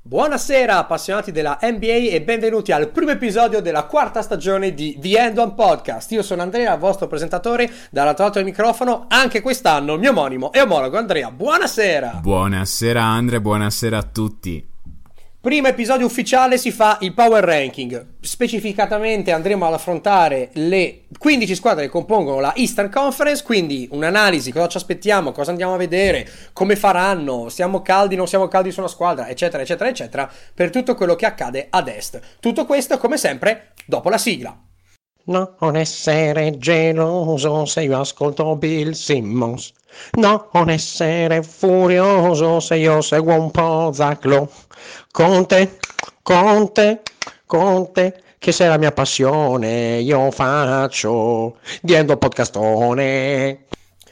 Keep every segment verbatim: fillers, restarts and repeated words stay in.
Buonasera appassionati della N B A e benvenuti al primo episodio della quarta stagione di The End One Podcast. Io sono Andrea, il vostro presentatore, dall'altro lato del microfono, anche quest'anno il mio omonimo e omologo Andrea. Buonasera! Buonasera Andre, buonasera a tutti. Primo episodio ufficiale, si fa il Power Ranking. Specificatamente andremo ad affrontare le quindici squadre che compongono la Eastern Conference, quindi un'analisi, cosa ci aspettiamo, cosa andiamo a vedere, come faranno, siamo caldi, non siamo caldi su una squadra, eccetera, eccetera, eccetera, per tutto quello che accade ad est. Tutto questo, come sempre, dopo la sigla. Non essere geloso se io ascolto Bill Simmons. Non essere furioso se io seguo un po' Zach Lowe. Conte, Conte, Conte, che sei la mia passione, io faccio diendo podcastone.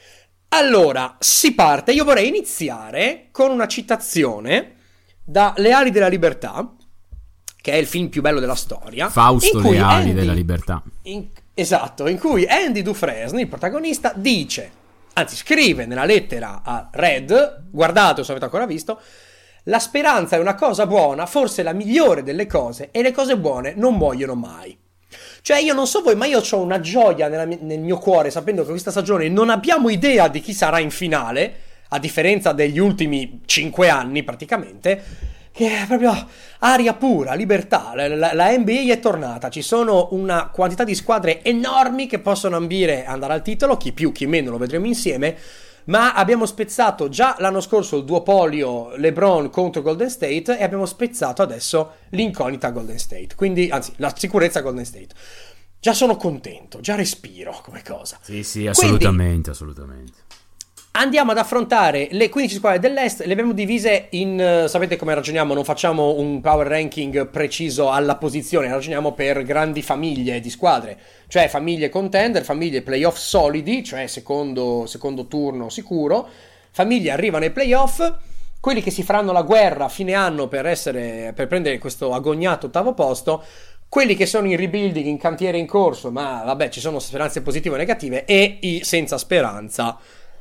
Allora, si parte. Io vorrei iniziare con una citazione da Le ali della libertà, che è il film più bello della storia. Fausto, Le ali Andy, della libertà. In, esatto, in cui Andy Dufresne, il protagonista, dice, anzi scrive nella lettera a Red, guardate se avete ancora visto, la speranza è una cosa buona, forse la migliore delle cose, e le cose buone non muoiono mai. Cioè, io non so voi, ma io ho una gioia nella, nel mio cuore sapendo che questa stagione non abbiamo idea di chi sarà in finale, a differenza degli ultimi cinque anni praticamente, che è proprio aria pura, libertà. La, la, la N B A è tornata, ci sono una quantità di squadre enormi che possono ambire a andare al titolo, chi più chi meno lo vedremo insieme, ma abbiamo spezzato già l'anno scorso il duopolio LeBron contro Golden State e abbiamo spezzato adesso l'incognita Golden State, quindi anzi la sicurezza Golden State. Già sono contento, già respiro come cosa. Sì sì, assolutamente, quindi, assolutamente. Andiamo ad affrontare le quindici squadre dell'Est, le abbiamo divise in, uh, sapete come ragioniamo, non facciamo un power ranking preciso alla posizione, ragioniamo per grandi famiglie di squadre, cioè famiglie contender, famiglie playoff solidi, cioè secondo, secondo turno sicuro, famiglie arrivano ai playoff, quelli che si faranno la guerra a fine anno per, essere, per prendere questo agognato ottavo posto, quelli che sono in rebuilding, in cantiere in corso, ma vabbè ci sono speranze positive o negative, e i senza speranza,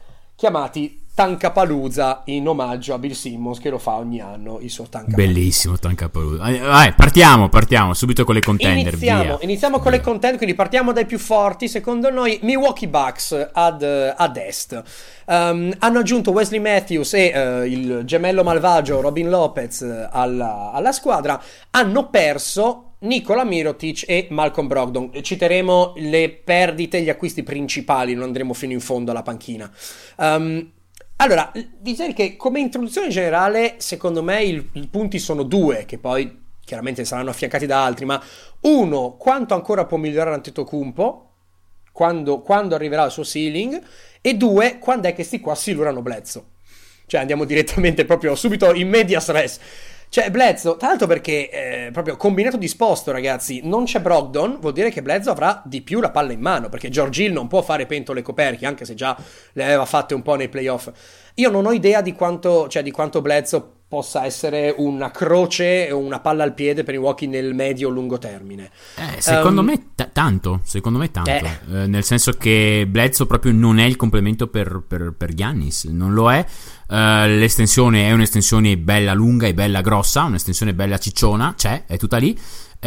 chiamati Tankapalooza in omaggio a Bill Simmons che lo fa ogni anno il suo Tankapalooza. Bellissimo Tankapalooza. Eh, partiamo, partiamo subito con le contender. Iniziamo, via. iniziamo con via. le contender, quindi partiamo dai più forti. Secondo noi Milwaukee Bucks ad, ad est. Um, hanno aggiunto Wesley Matthews e uh, il gemello malvagio Robin Lopez alla, alla squadra. Hanno perso Nikola Mirotic e Malcolm Brogdon. Citeremo le perdite, gli acquisti principali, non andremo fino in fondo alla panchina. Um, allora, direi che come introduzione generale, secondo me il, i punti sono due, che poi chiaramente saranno affiancati da altri, ma uno, quanto ancora può migliorare Antetokounmpo, quando, quando arriverà il suo ceiling, e due, quando è che sti qua silurano Bledsoe. Cioè andiamo direttamente proprio subito in medias res. Cioè Bledsoe, tra l'altro perché eh, proprio combinato disposto, ragazzi, non c'è Brogdon, vuol dire che Bledsoe avrà di più la palla in mano, perché George Hill non può fare pentole coperchi, anche se già le aveva fatte un po' nei playoff. Io non ho idea di quanto, cioè di quanto Bledsoe possa essere una croce o una palla al piede per i Milwaukee nel medio-lungo termine. Eh, secondo um, me t- tanto, secondo me tanto, eh. Eh, nel senso che Bledsoe proprio non è il complemento per, per, per Giannis, non lo è. Uh, l'estensione è un'estensione bella lunga e bella grossa, un'estensione bella cicciona, c'è, è tutta lì.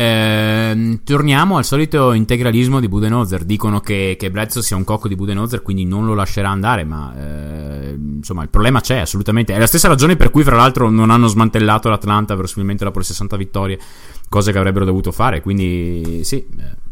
Uh, torniamo al solito integralismo di Budenholzer. Dicono che, che Bledsoe sia un cocco di Budenholzer, quindi non lo lascerà andare, ma uh, insomma il problema c'è assolutamente. È la stessa ragione per cui fra l'altro non hanno smantellato l'Atlanta verosimilmente dopo le sessanta vittorie, cosa che avrebbero dovuto fare, quindi sì,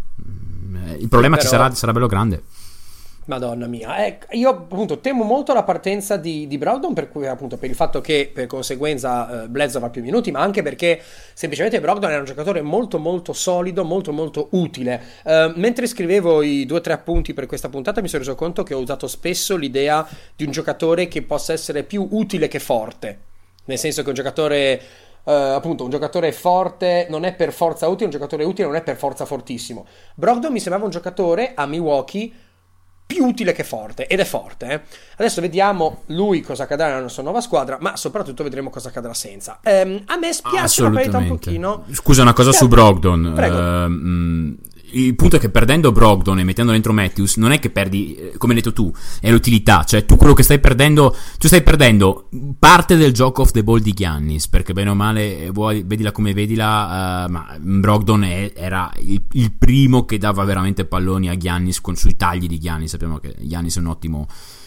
uh, il problema sì, però... ci sarà, sarà bello grande. Madonna mia, eh, io appunto temo molto la partenza di, di Brogdon, per cui appunto per il fatto che per conseguenza eh, Bledsoe avrà più minuti, ma anche perché semplicemente Brogdon era un giocatore molto molto solido, molto molto utile. Eh, mentre scrivevo i due o tre appunti per questa puntata mi sono reso conto che ho usato spesso l'idea di un giocatore che possa essere più utile che forte, nel senso che un giocatore... Uh, appunto un giocatore forte non è per forza utile, un giocatore utile non è per forza fortissimo. Brogdon mi sembrava un giocatore a Milwaukee più utile che forte, ed è forte, eh? Adesso vediamo lui cosa accadrà nella sua nuova squadra, ma soprattutto vedremo cosa accadrà senza. ehm, a me spiace la parità un pochino. Scusa, una cosa su Brogdon. Prego. Uh, il punto è che perdendo Brogdon e mettendo dentro Matthews non è che perdi, come hai detto tu, è l'utilità. Cioè tu quello che stai perdendo, tu stai perdendo parte del gioco off the ball di Giannis, perché bene o male vuoi, vedila come vedila, uh, ma Brogdon è, era il, il primo che dava veramente palloni a Giannis con sui tagli di Giannis. Sappiamo che Giannis è un ottimo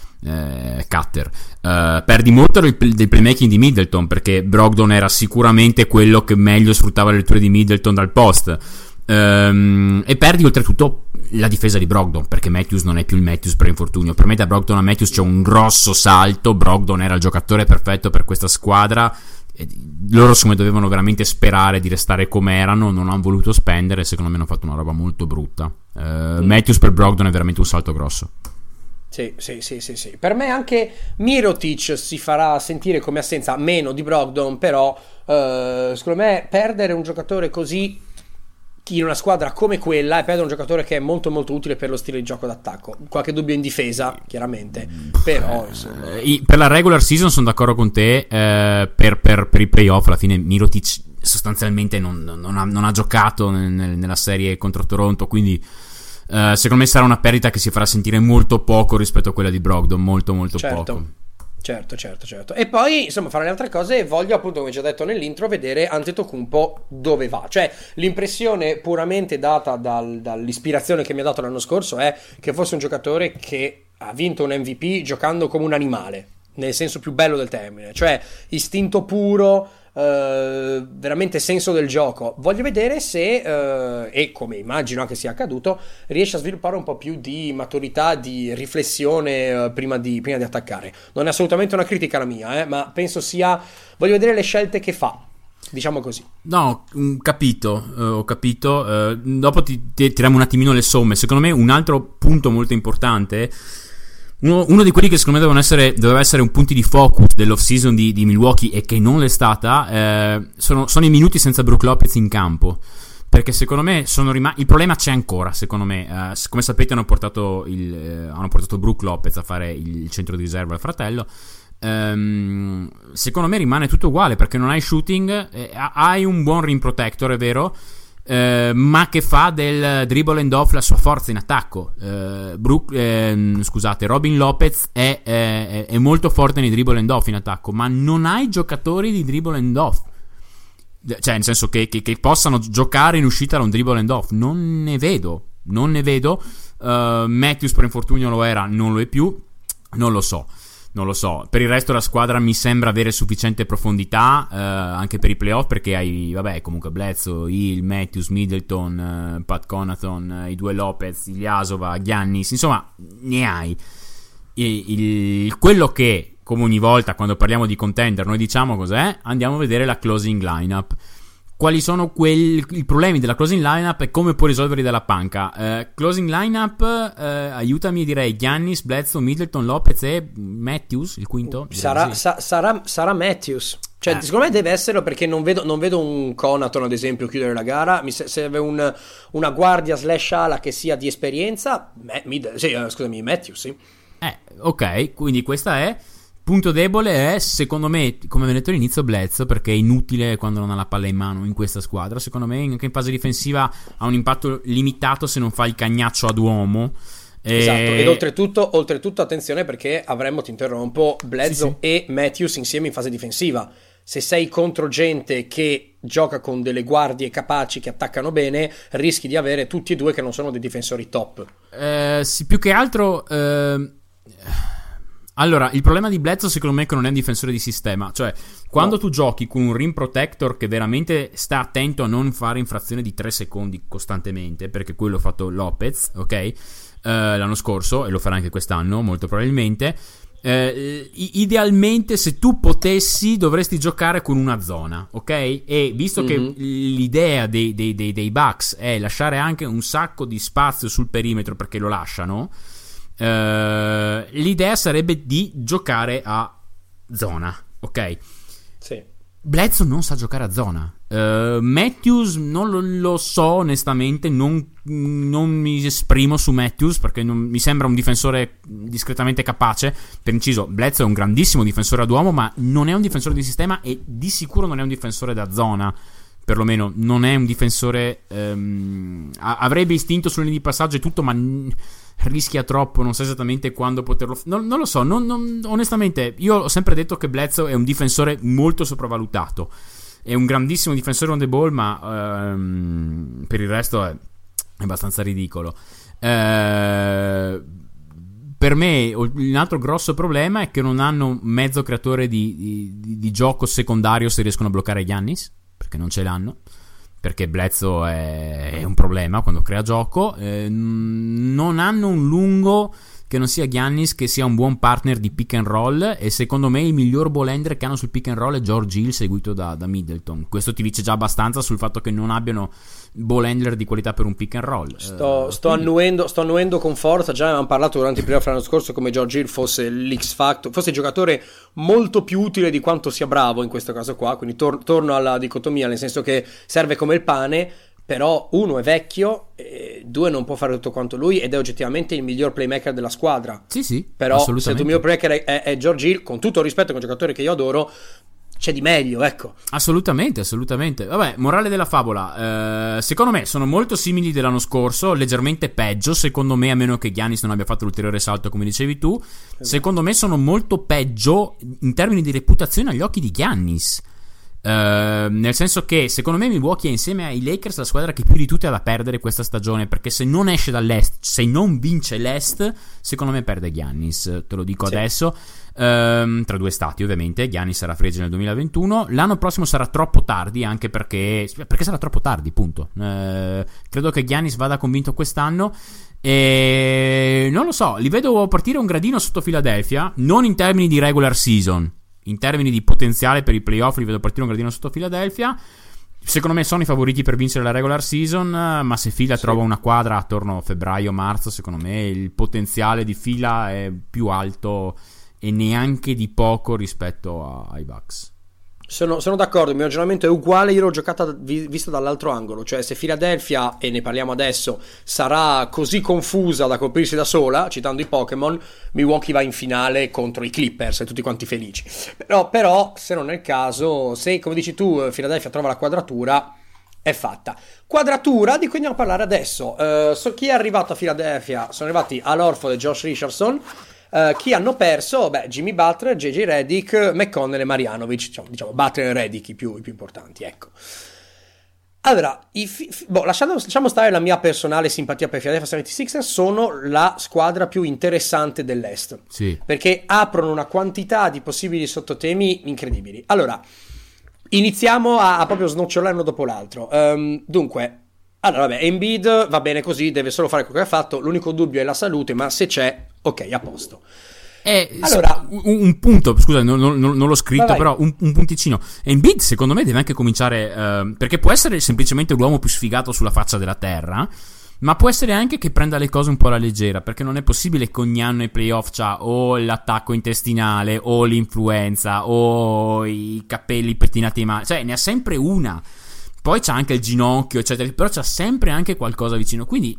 Eh, cutter. Uh, perdi molto del, del playmaking di Middleton, perché Brogdon era sicuramente quello che meglio sfruttava le letture di Middleton dal post, um, e perdi oltretutto la difesa di Brogdon, perché Matthews non è più il Matthews per infortunio. Per me da Brogdon a Matthews c'è un grosso salto. Brogdon era il giocatore perfetto per questa squadra e loro secondo me dovevano veramente sperare di restare come erano, non hanno voluto spendere, secondo me hanno fatto una roba molto brutta. uh, mm. Matthews per Brogdon è veramente un salto grosso. Sì, sì, sì, sì, sì. Per me anche Mirotic si farà sentire come assenza meno di Brogdon, però eh, secondo me perdere un giocatore così in una squadra come quella e perdere un giocatore che è molto molto utile per lo stile di gioco d'attacco. Qualche dubbio in difesa, chiaramente, però insomma. Eh, per la regular season sono d'accordo con te, eh, per, per, per i playoff alla fine Mirotic sostanzialmente non, non, ha, non ha giocato nel, nella serie contro Toronto, quindi Uh, secondo me sarà una perdita che si farà sentire molto poco rispetto a quella di Brogdon, molto molto certo, poco. Certo, certo, certo. E poi, insomma, fra le altre cose voglio appunto, come già detto nell'intro, vedere Antetokounmpo dove va. Cioè, l'impressione puramente data dal, dall'ispirazione che mi ha dato l'anno scorso è che fosse un giocatore che ha vinto un M V P giocando come un animale, nel senso più bello del termine, cioè istinto puro, Uh, veramente senso del gioco. Voglio vedere se uh, e come immagino anche sia accaduto, riesce a sviluppare un po' più di maturità, di riflessione uh, prima, di, prima di attaccare. Non è assolutamente una critica la mia, eh, ma penso sia, voglio vedere le scelte che fa, diciamo così. No, capito, uh, ho capito. Uh, dopo ti, ti tiriamo un attimino le somme. Secondo me un altro punto molto importante, Uno, uno di quelli che secondo me devono essere, doveva essere un punto di focus dell'off season di, di Milwaukee e che non l'è stata, eh, sono, sono i minuti senza Brook Lopez in campo, perché secondo me sono rimasti, il problema c'è ancora secondo me. Eh, come sapete hanno portato, il, eh, hanno portato Brook Lopez a fare il, il centro di riserva al fratello. ehm, secondo me rimane tutto uguale, perché non hai shooting, eh, hai un buon rim protector, è vero, Uh, ma che fa del dribble and off la sua forza in attacco. uh, Brook, eh, scusate Robin Lopez è, è, è molto forte nei dribble and off in attacco, ma non hai giocatori di dribble and off, cioè nel senso che, che, che possano giocare in uscita da un dribble and off. Non ne vedo, non ne vedo. uh, Matthews per infortunio lo era, non lo è più, non lo so Non lo so, per il resto la squadra mi sembra avere sufficiente profondità, eh, anche per i playoff, perché hai, vabbè, comunque Bledsoe, Hill, Matthews, Middleton, eh, Pat Connaughton, eh, i due Lopez, Ilyasova, Giannis, insomma, ne hai. Il, il, quello che, come ogni volta quando parliamo di contender, noi diciamo cos'è? Andiamo a vedere la closing lineup. Quali sono quelli, i problemi della closing lineup e come puoi risolverli dalla panca? Uh, closing lineup, uh, aiutami, direi Giannis, Bledsoe, Middleton, Lopez e Matthews, il quinto? Sarà, sa, sarà, sarà Matthews. Cioè, eh. secondo me deve esserlo, perché non vedo, non vedo un Connaughton, ad esempio, chiudere la gara. Mi serve un, una guardia slash ala che sia di esperienza. Mid, sì, uh, scusami, Matthews, sì. Eh, ok, quindi questa è... Punto debole è, secondo me, come abbiamo detto all'inizio, Bledsoe, perché è inutile quando non ha la palla in mano in questa squadra. Secondo me anche in fase difensiva ha un impatto limitato se non fa il cagnaccio ad uomo. Esatto, e... ed oltretutto, oltretutto attenzione, perché avremmo, ti interrompo, Bledsoe sì, sì. e Matthews insieme in fase difensiva. Se sei contro gente che gioca con delle guardie capaci che attaccano bene, rischi di avere tutti e due che non sono dei difensori top. Eh, sì, più che altro... Eh... Allora, il problema di Bledsoe secondo me è che non è un difensore di sistema. Cioè, quando no. tu giochi con un rim protector che veramente sta attento a non fare infrazione di tre secondi costantemente, perché quello ha fatto Lopez, ok? Uh, l'anno scorso, e lo farà anche quest'anno, molto probabilmente. Uh, idealmente, se tu potessi, dovresti giocare con una zona, ok? E visto mm-hmm. che l'idea dei, dei, dei, dei Bucks è lasciare anche un sacco di spazio sul perimetro, perché lo lasciano... Uh, l'idea sarebbe di giocare a zona, ok? Sì. Bledsoe non sa giocare a zona. uh, Matthews non lo, lo so onestamente, non, non mi esprimo su Matthews perché non, mi sembra un difensore discretamente capace. Per inciso, Bledsoe è un grandissimo difensore ad uomo, ma non è un difensore di sistema e di sicuro non è un difensore da zona. perlomeno non è un difensore, ehm, avrebbe istinto sulle linee di passaggio e tutto, ma n- rischia troppo, non so esattamente quando poterlo f- non, non lo so, non, non, onestamente io ho sempre detto che Bledsoe è un difensore molto sopravvalutato, è un grandissimo difensore on the ball, ma ehm, per il resto è, è abbastanza ridicolo. Eh, per me un altro grosso problema è che non hanno un mezzo creatore di, di, di gioco secondario se riescono a bloccare Giannis, perché non ce l'hanno, perché Bledsoe è, è un problema quando crea gioco. Eh, non hanno un lungo che non sia Giannis, che sia un buon partner di pick and roll, e secondo me il miglior ball handler che hanno sul pick and roll è George Hill, seguito da, da Middleton. Questo ti dice già abbastanza sul fatto che non abbiano ball handler di qualità per un pick and roll. Sto, eh, sto, quindi... annuendo, sto annuendo con forza. Già avevamo parlato durante il playoff l'anno scorso come George Hill fosse l'X Factor, fosse il giocatore molto più utile di quanto sia bravo in questo caso qua, quindi tor- torno alla dicotomia, nel senso che serve come il pane. Però uno è vecchio, e due non può fare tutto quanto lui, ed è oggettivamente il miglior playmaker della squadra. Sì, sì, però se il tuo miglior playmaker è, è, è George Hill, con tutto il rispetto, che è un giocatore che io adoro, c'è di meglio, ecco. Assolutamente, assolutamente. Vabbè, morale della favola, eh, secondo me sono molto simili dell'anno scorso, leggermente peggio, secondo me, a meno che Giannis non abbia fatto l'ulteriore salto come dicevi tu. Esatto. Secondo me sono molto peggio in termini di reputazione agli occhi di Giannis. Uh, nel senso che secondo me Milwaukee è insieme ai Lakers la squadra che più di tutte ha da perdere questa stagione, perché se non esce dall'est, se non vince l'est, secondo me perde Giannis, te lo dico sì. adesso, uh, tra due stati ovviamente. Giannis sarà free agent nel duemilaventuno, l'anno prossimo sarà troppo tardi, anche perché perché sarà troppo tardi, punto. Uh, credo che Giannis vada convinto quest'anno e non lo so, li vedo partire un gradino sotto Philadelphia, non in termini di regular season, in termini di potenziale per i playoff li vedo partire un gradino sotto Philadelphia. Secondo me sono i favoriti per vincere la regular season, ma se Fila sì. trova una quadra attorno a febbraio-marzo, secondo me il potenziale di Fila è più alto e neanche di poco rispetto a, ai Bucks. Sono, sono d'accordo, il mio ragionamento è uguale, io l'ho giocata vi, visto dall'altro angolo, cioè se Philadelphia, e ne parliamo adesso, sarà così confusa da coprirsi da sola, citando i Pokémon, Milwaukee va in finale contro i Clippers e tutti quanti felici. Però, però se non è il caso, se come dici tu Philadelphia trova la quadratura, è fatta. Quadratura di cui andiamo a parlare adesso. Uh, so chi è arrivato a Philadelphia, sono arrivati Al Horford e Josh Richardson. Uh, chi hanno perso? Beh, Jimmy Butler, J J Redick, McConnell e Marjanovic, diciamo, diciamo Butler e Redick i più, i più importanti, ecco. Allora, i fi- fi- boh, lasciamo, lasciamo stare la mia personale simpatia per Philadelphia seventy-sixers, sono la squadra più interessante dell'Est, sì. perché aprono una quantità di possibili sottotemi incredibili. Allora, iniziamo a, a proprio snocciolare uno dopo l'altro. Um, dunque, allora vabbè, Embiid va bene così, deve solo fare quello che ha fatto, l'unico dubbio è la salute, ma se c'è, ok, a posto. Eh, allora, un, un punto, scusa, non, non, non l'ho scritto, vai, vai. però un, un punticino. Embiid secondo me deve anche cominciare, uh, perché può essere semplicemente l'uomo più sfigato sulla faccia della terra, ma può essere anche che prenda le cose un po' alla leggera, perché non è possibile che ogni anno ai playoff c'ha o l'attacco intestinale o l'influenza o i capelli pettinati male, cioè ne ha sempre una. Poi c'ha anche il ginocchio, eccetera, però c'ha sempre anche qualcosa vicino. Quindi,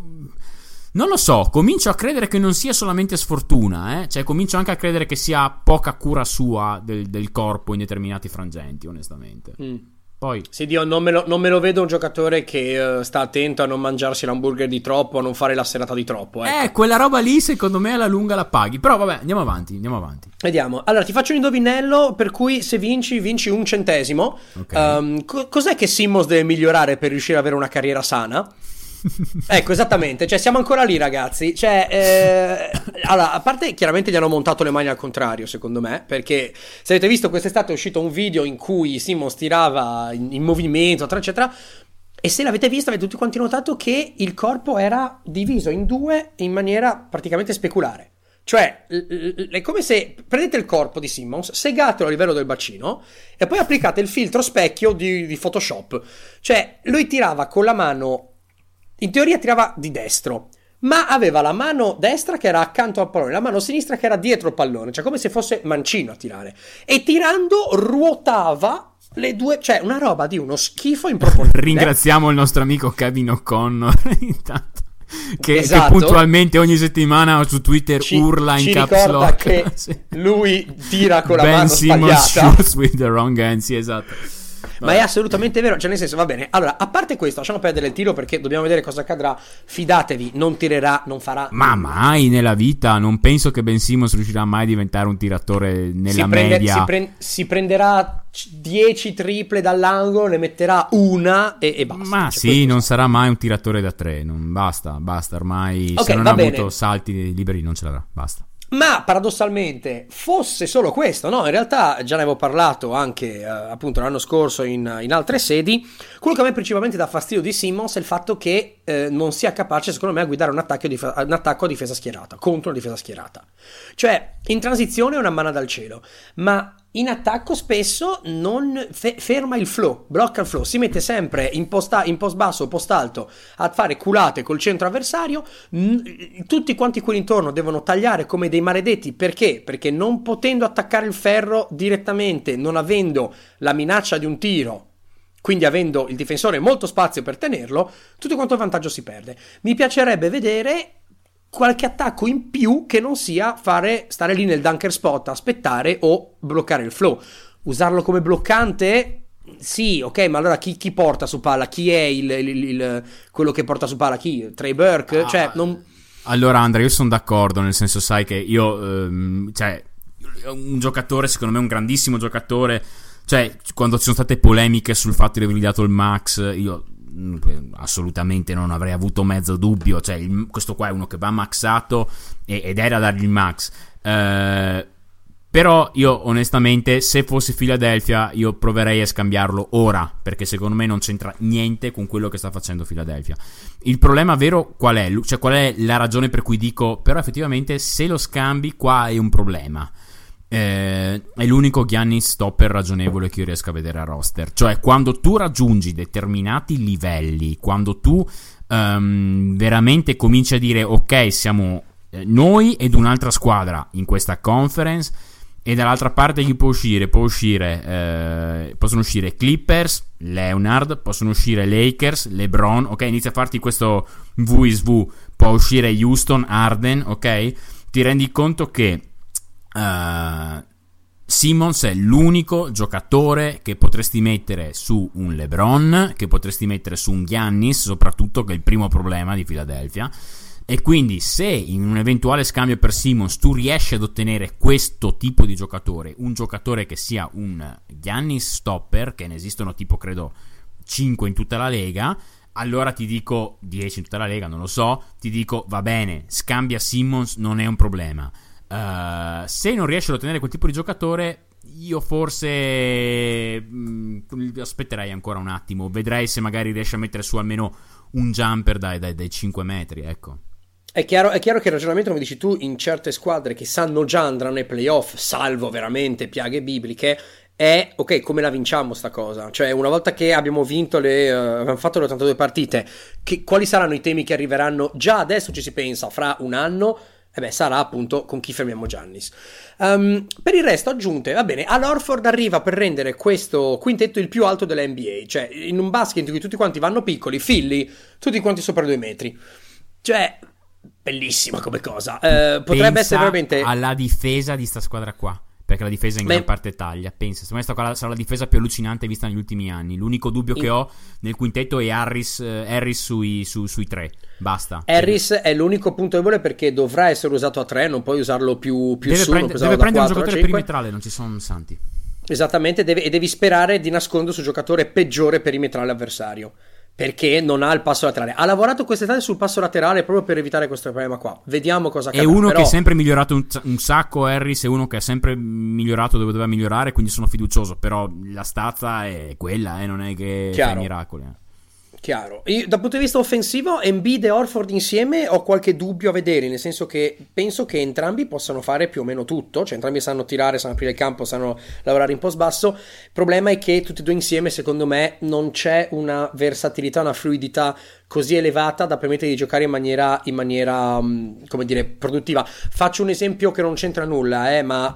non lo so, comincio a credere che non sia solamente sfortuna, eh? Cioè comincio anche a credere che sia poca cura sua del, del corpo in determinati frangenti, onestamente. Mm. Poi sì, Dio, non me, lo, non me lo vedo un giocatore che uh, sta attento a non mangiarsi l'hamburger di troppo, a non fare la serata di troppo. Ecco. Eh, quella roba lì secondo me alla lunga la paghi. Però vabbè, andiamo avanti, andiamo avanti. Vediamo. Allora, ti faccio un indovinello per cui se vinci, vinci un centesimo. Okay. Um, co- cos'è che Simmons deve migliorare per riuscire ad avere una carriera sana? Ecco, esattamente, cioè siamo ancora lì, ragazzi. Cioè, eh, allora, a parte chiaramente gli hanno montato le mani al contrario, secondo me, perché se avete visto quest'estate è uscito un video in cui Simmons tirava in, in movimento, eccetera, eccetera, e se l'avete visto avete tutti quanti notato che il corpo era diviso in due in maniera praticamente speculare. Cioè, è come se prendete il corpo di Simmons, segatelo a livello del bacino e poi applicate il filtro specchio di, di Photoshop. Cioè, lui tirava con la mano, in teoria tirava di destro, ma aveva la mano destra che era accanto al pallone, la mano sinistra che era dietro il pallone, cioè come se fosse mancino a tirare. E tirando ruotava le due, cioè una roba di uno schifo improponibile. Ringraziamo il nostro amico Kevin O'Connor intanto. Che, esatto. che puntualmente ogni settimana su Twitter ci, urla in ci caps lock che sì. lui tira con la Ben mano Simmons sbagliata. shoots with the wrong hand, sì, esatto. Ma è assolutamente vero, cioè nel senso, va bene. Allora, a parte questo, lasciamo perdere il tiro perché dobbiamo vedere cosa accadrà. Fidatevi, non tirerà, non farà. Ma mai nella vita, non penso che Ben Simmons riuscirà mai a diventare un tiratore nella si prende, media. Si, pre- si prenderà dieci triple dall'angolo, ne metterà una e, e basta. Ma cioè, sì, non sarà mai un tiratore da tre, non basta, basta ormai. Okay, se non va ha bene. avuto salti liberi non ce l'avrà, basta. Ma paradossalmente fosse solo questo, no? In realtà già ne avevo parlato anche eh, appunto l'anno scorso in, in altre sedi. Quello che a me principalmente dà fastidio di Simmons è il fatto che eh, non sia capace, secondo me, a guidare un attacco, di, un attacco a difesa schierata, contro una difesa schierata. Cioè, in transizione è una manna dal cielo, ma in attacco spesso non fe- ferma il flow, blocca il flow, si mette sempre in, posta- in post basso o post alto a fare culate col centro avversario. N- tutti quanti quelli intorno devono tagliare come dei maledetti. Perché? Perché non potendo attaccare il ferro direttamente, non avendo la minaccia di un tiro, quindi avendo il difensore molto spazio per tenerlo, tutto quanto il vantaggio si perde. Mi piacerebbe vedere qualche attacco in più che non sia fare stare lì nel dunker spot, aspettare o bloccare il flow. Usarlo come bloccante? Sì, ok, ma allora chi, chi porta su palla? Chi è il, il, il, quello che porta su palla? Chi? Trey Burke? Ah, cioè, non... Allora Andrea, io sono d'accordo, nel senso, sai che io ehm, cioè un giocatore, secondo me un grandissimo giocatore, cioè quando ci sono state polemiche sul fatto di avergli dato il max, io assolutamente non avrei avuto mezzo dubbio, cioè il, questo qua è uno che va maxato e, ed era dargli il max, eh, però io onestamente se fossi Philadelphia io proverei a scambiarlo ora, perché secondo me non c'entra niente con quello che sta facendo Philadelphia. Il problema vero qual è? Cioè qual è la ragione per cui dico però effettivamente se lo scambi qua è un problema. Eh, è l'unico Giannis stopper ragionevole che io riesco a vedere a roster. Cioè quando tu raggiungi determinati livelli, quando tu um, veramente cominci a dire ok, siamo eh, noi ed un'altra squadra in questa conference, e dall'altra parte chi può uscire? Può uscire eh, possono uscire Clippers, Leonard, possono uscire Lakers, LeBron, ok, inizia a farti questo V is V, può uscire Houston, Harden, ok, ti rendi conto che Uh, Simmons è l'unico giocatore che potresti mettere su un LeBron, che potresti mettere su un Giannis, soprattutto, che è il primo problema di Philadelphia. E quindi se in un eventuale scambio per Simmons tu riesci ad ottenere questo tipo di giocatore, un giocatore che sia un Giannis stopper, che ne esistono tipo credo cinque in tutta la Lega, allora ti dico dieci in tutta la Lega, non lo so, ti dico va bene, scambia Simmons, non è un problema. Uh, se non riesci ad ottenere quel tipo di giocatore, io forse mh, aspetterei ancora un attimo, vedrei se magari riesci a mettere su almeno un jumper dai, dai, dai cinque metri, ecco. È chiaro, è chiaro che il ragionamento, come dici tu, in certe squadre che sanno già andranno ai playoff, salvo veramente piaghe bibliche, è ok, come la vinciamo sta cosa? Cioè, una volta che abbiamo vinto le uh, abbiamo fatto le ottantadue partite, che, quali saranno i temi che arriveranno? Già adesso ci si pensa, fra un anno. E eh beh, sarà appunto con chi fermiamo Giannis. Um, per il resto, aggiunte, va bene, Al Horford arriva per rendere questo quintetto il più alto della N B A. Cioè, in un basket in cui tutti quanti vanno piccoli, Philly, tutti quanti sopra due metri. Cioè, bellissima come cosa. Uh, potrebbe Pensa essere veramente alla difesa di sta squadra qua, perché la difesa in Beh, gran parte taglia. Pensa, secondo me sta sarà la difesa più allucinante vista negli ultimi anni. L'unico dubbio in... che ho nel quintetto è Harris, eh, Harris sui, su, sui tre. Basta. Harris è l'unico punto debole perché dovrà essere usato a tre, non puoi usarlo più, più deve su, prend- deve prendere un giocatore perimetrale, non ci sono santi. Esattamente, deve, e devi sperare di nascondere sul giocatore peggiore perimetrale avversario, perché non ha il passo laterale. Ha lavorato quest'estate sul passo laterale proprio per evitare questo problema qua. Vediamo cosa accadrà. È uno però... che è sempre migliorato un, un sacco, Harris è uno che è sempre migliorato dove doveva migliorare, quindi sono fiducioso, però la stazza è quella, eh, non è che fa miracoli. Eh. Chiaro. Io, dal punto di vista offensivo, Embiid e Horford insieme ho qualche dubbio a vedere, nel senso che penso che entrambi possano fare più o meno tutto, cioè entrambi sanno tirare, sanno aprire il campo, sanno lavorare in post basso. Il problema è che tutti e due insieme, secondo me, non c'è una versatilità, una fluidità così elevata da permettere di giocare in maniera, in maniera come dire, produttiva. Faccio un esempio che non c'entra nulla, eh, ma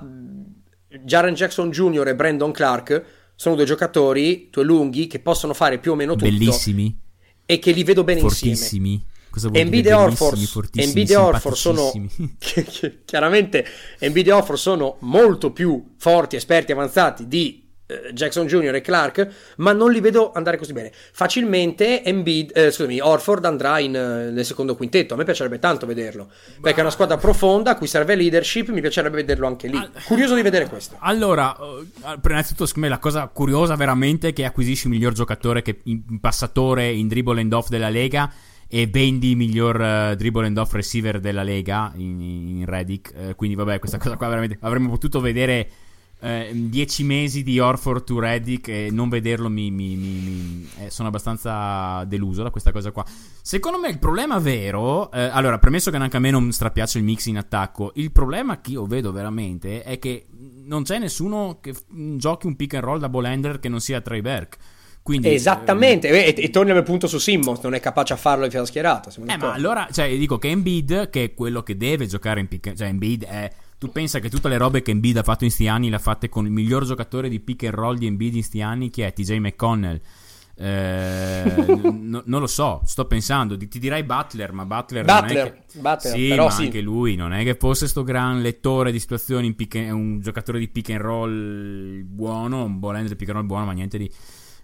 Jaren Jackson Junior e Brandon Clark sono due giocatori, due lunghi, che possono fare più o meno tutto. Bellissimi. E che li vedo bene fortissimi. Insieme. Cosa vuol Embiid dire e Horford, fortissimi, Embiid e Horford sono chiaramente Embiid e Horford sono molto più forti, esperti, avanzati di Jackson Junior e Clark, ma non li vedo andare così bene. Facilmente Embiid, eh, scusami, Horford andrà in, nel secondo quintetto. A me piacerebbe tanto vederlo, perché è una squadra profonda a cui serve leadership. Mi piacerebbe vederlo anche lì. Curioso di vedere questo. Allora, innanzitutto secondo me la cosa curiosa veramente è che acquisisci il miglior giocatore che in passatore in dribble and off della Lega e vendi il miglior uh, dribble and off receiver della Lega in, in Redick, uh, quindi vabbè, questa cosa qua veramente avremmo potuto vedere Uh, dieci mesi di Horford to Redick e non vederlo mi, mi, mi, mi eh, sono abbastanza deluso da questa cosa qua. Secondo me il problema vero, eh, allora, premesso che anche a me non strapiace il mix in attacco, il problema che io vedo veramente è che non c'è nessuno che f- giochi un pick and roll da ball handler che non sia Trey Burke. Quindi, esattamente, eh, e, e torni al punto su Simmons, non è capace a farlo in fila schierata. Eh, ma allora, cioè, dico che Embiid, che è quello che deve giocare in pick, cioè Embiid è, tu pensa che tutte le robe che Embiid ha fatto in sti anni l'ha fatte con il miglior giocatore di pick and roll di Embiid in sti anni, che è T J McConnell. Eh, n- non lo so, sto pensando, ti, ti direi Butler, ma Butler, Butler, non è che, Butler sì, però ma sì. Anche lui non è che fosse sto gran lettore di situazioni in pick and, un giocatore di pick and roll buono, un ball handler di pick and roll buono, ma niente di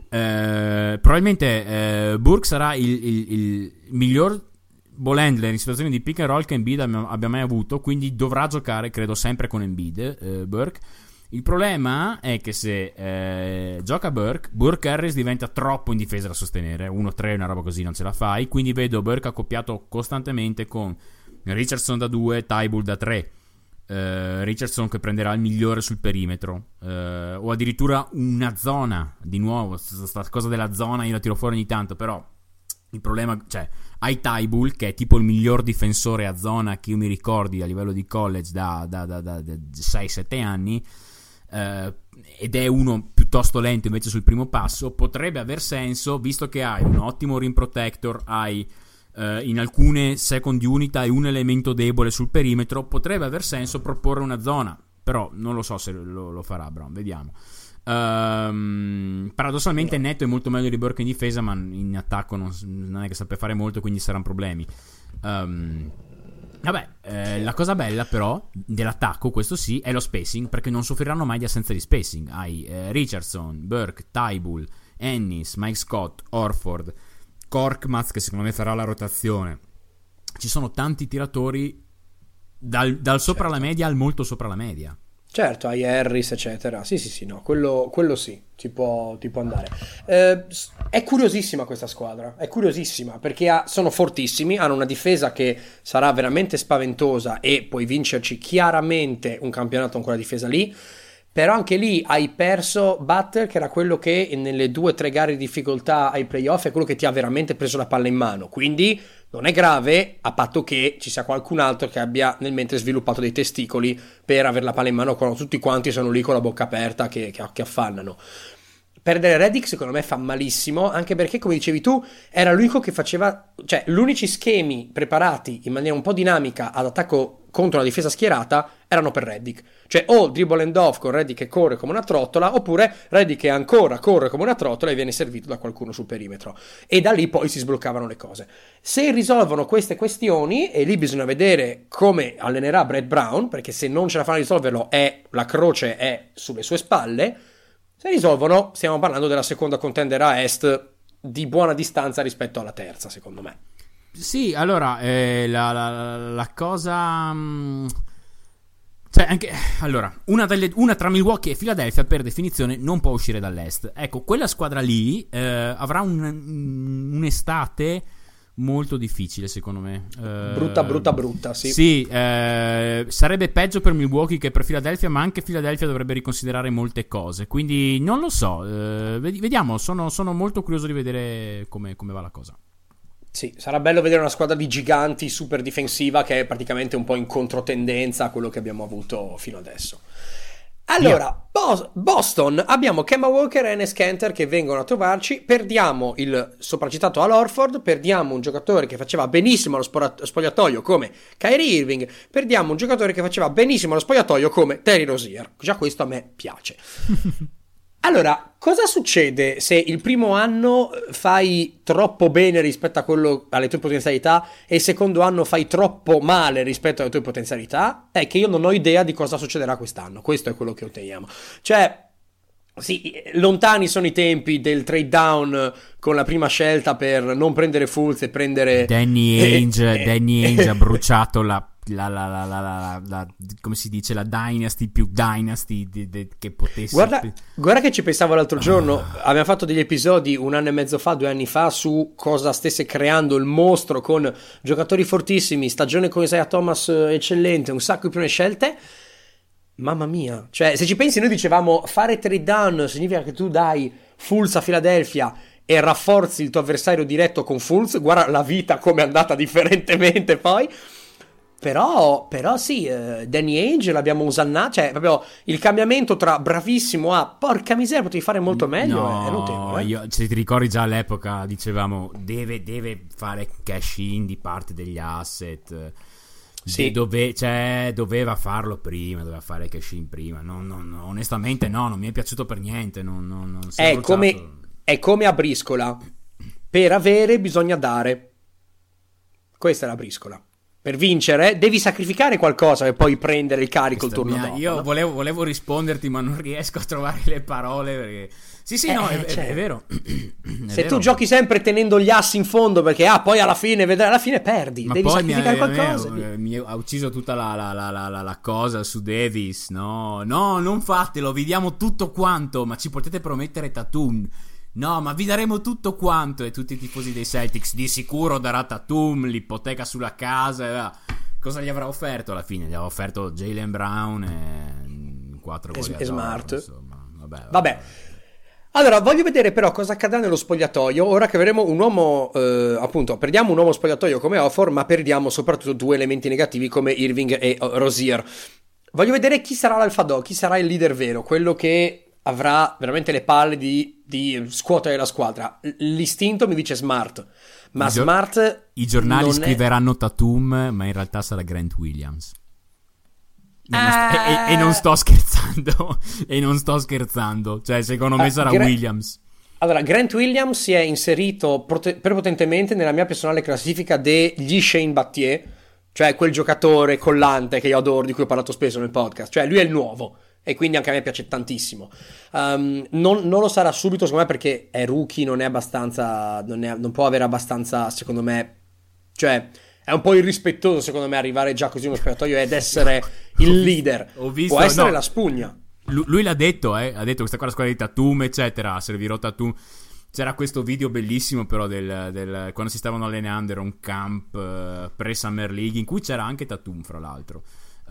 eh, probabilmente eh, Burke sarà il, il, il miglior ball handler in situazioni di pick and roll che Embiid abbia, abbia mai avuto, quindi dovrà giocare credo sempre con Embiid, eh, Burke. Il problema è che se eh, gioca Burke, Burke Harris diventa troppo in difesa da sostenere, uno tre, una roba così non ce la fai, quindi vedo Burke accoppiato costantemente con Richardson da due, Thybulle da tre, eh, Richardson che prenderà il migliore sul perimetro, eh, o addirittura una zona, di nuovo, questa cosa della zona io la tiro fuori ogni tanto, però il problema, cioè, hai Thybulle che è tipo il miglior difensore a zona che io mi ricordi a livello di college da, da, da, da, da sei sette anni, Uh, ed è uno piuttosto lento invece sul primo passo. Potrebbe aver senso, visto che hai un ottimo rim protector, hai uh, in alcune second unit hai un elemento debole sul perimetro, potrebbe aver senso proporre una zona, però non lo so se lo, lo farà Brown, vediamo. Um, paradossalmente no. Netto è molto meglio di Burke in difesa, ma in attacco non, non è che sappia fare molto, quindi saranno problemi. um, Vabbè, eh, la cosa bella però dell'attacco, questo sì, è lo spacing, perché non soffriranno mai di assenza di spacing. Hai eh, Richardson, Burke, Thybulle, Ennis, Mike Scott, Horford, Korkmaz che secondo me farà la rotazione. Ci sono tanti tiratori dal, dal sopra certo. la media al molto sopra la media. Certo, hai Harris eccetera. Sì sì sì, no, quello, quello sì, ti può, ti può andare. Eh, è curiosissima questa squadra, è curiosissima perché ha, sono fortissimi, hanno una difesa che sarà veramente spaventosa e puoi vincerci chiaramente un campionato con quella difesa lì. Però anche lì hai perso Butler, che era quello che nelle due o tre gare di difficoltà ai playoff è quello che ti ha veramente preso la palla in mano, quindi non è grave a patto che ci sia qualcun altro che abbia nel mente sviluppato dei testicoli per avere la palla in mano quando tutti quanti sono lì con la bocca aperta che, che, che affannano. Perdere Redick secondo me fa malissimo, anche perché come dicevi tu era l'unico che faceva, cioè gli unici schemi preparati in maniera un po' dinamica ad attacco contro una difesa schierata erano per Redick, cioè o dribble and off con Redick che corre come una trottola, oppure Redick che ancora corre come una trottola e viene servito da qualcuno sul perimetro, e da lì poi si sbloccavano le cose. Se risolvono queste questioni, e lì bisogna vedere come allenerà Brett Brown, perché se non ce la fanno a risolverlo è, la croce è sulle sue spalle. Se risolvono, stiamo parlando della seconda contender a est di buona distanza rispetto alla terza, secondo me. Sì, allora, eh, la, la, la cosa... Mh, cioè, anche... Allora, una, delle, una tra Milwaukee e Philadelphia, per definizione, non può uscire dall'est. Ecco, quella squadra lì eh, avrà un, un'estate molto difficile, secondo me. Uh, brutta, brutta, brutta, sì. Sì, uh, sarebbe peggio per Milwaukee che per Philadelphia, ma anche Philadelphia dovrebbe riconsiderare molte cose. Quindi non lo so, uh, vediamo, sono, sono molto curioso di vedere come, come va la cosa. Sì, sarà bello vedere una squadra di giganti super difensiva che è praticamente un po' in controtendenza a quello che abbiamo avuto fino adesso. Allora, Bo- Boston, abbiamo Kemba Walker e Enes Kanter che vengono a trovarci, perdiamo il sopracitato Al Horford, perdiamo un giocatore che faceva benissimo allo spora- spogliatoio come Kyrie Irving, perdiamo un giocatore che faceva benissimo allo spogliatoio come Terry Rozier. Già questo a me piace. Allora, cosa succede se il primo anno fai troppo bene rispetto a quello, alle tue potenzialità, e il secondo anno fai troppo male rispetto alle tue potenzialità? È che io non ho idea di cosa succederà quest'anno. Questo è quello che otteniamo. Cioè, Sì, lontani sono i tempi del trade down con la prima scelta per non prendere Fultz e prendere Danny Ainge. Eh, Danny eh, Ainge ha bruciato la, la, la, la, la, la, la come si dice, la dynasty più dynasty di, di, che potesse. Guarda, guarda che ci pensavo l'altro giorno. Ah. Abbiamo fatto degli episodi un anno e mezzo fa, due anni fa, su cosa stesse creando il mostro con giocatori fortissimi, stagione con Isaiah Thomas eccellente, un sacco di prime scelte. Mamma mia, cioè se ci pensi noi dicevamo fare trade down significa che tu dai Fultz a Philadelphia e rafforzi il tuo avversario diretto con Fultz. Guarda la vita come è andata differentemente poi. Però, però sì, eh, Danny Ainge l'abbiamo usannato, cioè proprio il cambiamento tra bravissimo a porca miseria potevi fare molto meglio, no, è notevole. Eh? Io, se ti ricordi già all'epoca dicevamo deve, deve fare cash in di parte degli asset. Sì. Dove, cioè, doveva farlo prima, doveva fare cash in prima. No, no, no, onestamente no, non mi è piaciuto per niente. Non, non, non è, come, è come a briscola. Per avere bisogna dare. Questa è la briscola. Per vincere devi sacrificare qualcosa e poi prendere il carico il turno mia, dopo. Io no? volevo, volevo risponderti, ma non riesco a trovare le parole perché... Sì, sì, eh, no, è, cioè, è, è vero. È se vero. tu giochi sempre tenendo gli assi in fondo perché ah, poi alla fine, vedrai, alla fine perdi. Ma devi poi sacrificare mi ha, qualcosa. Mi, ha, mi ha ucciso tutta la, la, la, la, la cosa su Davis. No, no, non fatelo, vi diamo tutto quanto, ma ci potete promettere Tatum. No, ma vi daremo tutto quanto. E tutti i tifosi dei Celtics di sicuro darà Tatum, l'ipoteca sulla casa. Cosa gli avrà offerto alla fine? Gli ha offerto Jaylen Brown e quattro gol e Smart. Insomma. Vabbè, vabbè. vabbè. Allora, voglio vedere però cosa accadrà nello spogliatoio. Ora che avremo un uomo, eh, appunto, perdiamo un uomo spogliatoio come Horford, ma perdiamo soprattutto due elementi negativi come Irving e Rozier. Voglio vedere chi sarà l'alfa dog, chi sarà il leader vero, quello che avrà veramente le palle di, di scuotere la squadra. L'istinto mi dice Smart, ma I gio- Smart I giornali non scriveranno è... Tatum, ma in realtà sarà Grant Williams. E, ah... non sto, e, e non sto scherzando. E non sto scherzando. Cioè, secondo me ah, sarà Gra- Williams. Allora, Grant Williams si è inserito prote- prepotentemente nella mia personale classifica degli Shane Battier, cioè quel giocatore collante che io adoro, di cui ho parlato spesso nel podcast. Cioè, lui è il nuovo. E quindi anche a me piace tantissimo. Um, non, non lo sarà subito, secondo me, perché è rookie, non è abbastanza. Non, è, non può avere abbastanza, secondo me. Cioè, è un po' irrispettoso, secondo me, arrivare già così uno spogliatoio ed essere il leader. Ho visto, può essere no, la spugna. Lui, lui l'ha detto, eh. Ha detto questa qua è la squadra di Tatum, eccetera. Servirò Tatum. C'era questo video bellissimo, però, del, del quando si stavano allenando. Era un camp uh, pre-Summer League in cui c'era anche Tatum, fra l'altro.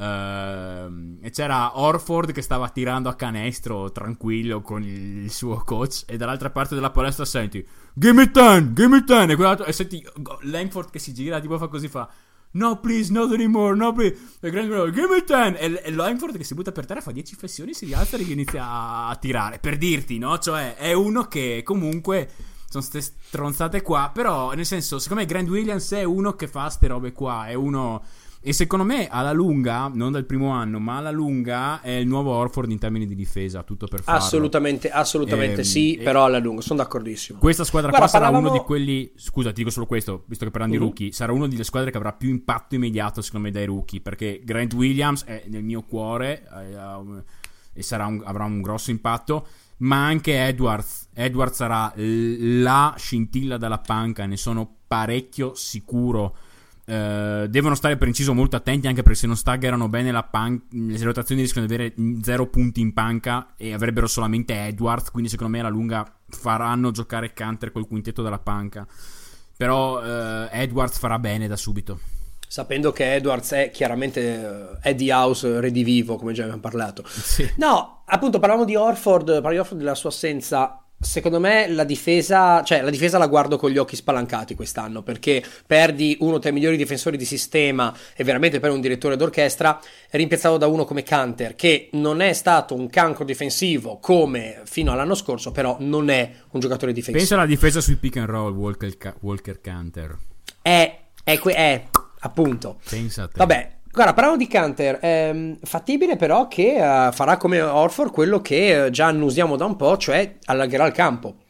Uh, e c'era Horford che stava tirando a canestro tranquillo con il suo coach, e dall'altra parte della palestra senti give me ten, give me ten, e, e senti Langford che si gira, tipo fa così, fa no please, not anymore, no please, e give me ten, e, e Langford che si butta per terra, fa dieci flessioni, si rialza e inizia a, a tirare, per dirti, no? Cioè è uno che comunque sono ste stronzate qua, però nel senso, secondo me Grant Williams è uno che fa ste robe qua, è uno. E secondo me alla lunga, non dal primo anno, ma alla lunga è il nuovo Horford in termini di difesa, tutto per farlo. Assolutamente, assolutamente e, sì, e però alla lunga, sono d'accordissimo. Questa squadra Guarda, qua sarà parlavamo... uno di quelli, scusa ti dico solo questo, visto che parlando uh-huh. di rookie, sarà uno delle squadre che avrà più impatto immediato secondo me dai rookie, perché Grant Williams è nel mio cuore eh, e sarà un, avrà un grosso impatto, ma anche Edwards. Edwards sarà la scintilla dalla panca, ne sono parecchio sicuro. Uh, devono stare per inciso molto attenti, anche perché se non staggerano bene la pan- le rotazioni rischiano di avere zero punti in panca e avrebbero solamente Edwards, quindi secondo me alla lunga faranno giocare Canter col quintetto dalla panca, però uh, Edwards farà bene da subito, sapendo che Edwards è chiaramente uh, Eddie House redivivo, come già abbiamo parlato. Sì. No, appunto parlavamo di Horford, parliamo di Horford, della sua assenza. Secondo me la difesa, cioè la difesa la guardo con gli occhi spalancati quest'anno, perché perdi uno tra i migliori difensori di sistema e veramente per un direttore d'orchestra, rimpiazzato da uno come Canter, che non è stato un cancro difensivo come fino all'anno scorso, però non è un giocatore difensivo. Pensa alla difesa sui pick and roll, Walker, Walker Canter. È, è, que- è appunto. Pensa a te. Vabbè. Guarda, parlando di Canter, è fattibile però che uh, farà come Horford quello che uh, già annusiamo da un po', cioè allargherà il campo.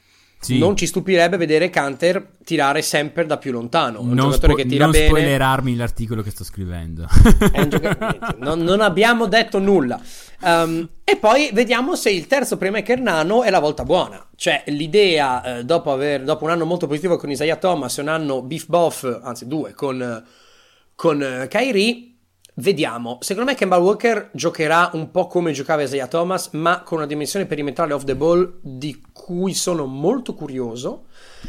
Sì. Non ci stupirebbe vedere Kanter tirare sempre da più lontano. È un non giocatore spo- che tira non bene. spoilerarmi l'articolo che sto scrivendo. È un giocatore... non, non abbiamo detto nulla. Um, e poi vediamo se il terzo playmaker nano è la volta buona. Cioè l'idea, eh, dopo, aver, dopo un anno molto positivo con Isaiah Thomas e un anno beef boff, anzi due, con, con uh, Kyrie, vediamo. Secondo me Kemba Walker giocherà un po' come giocava Isaiah Thomas, ma con una dimensione perimetrale off the ball di cui sono molto curioso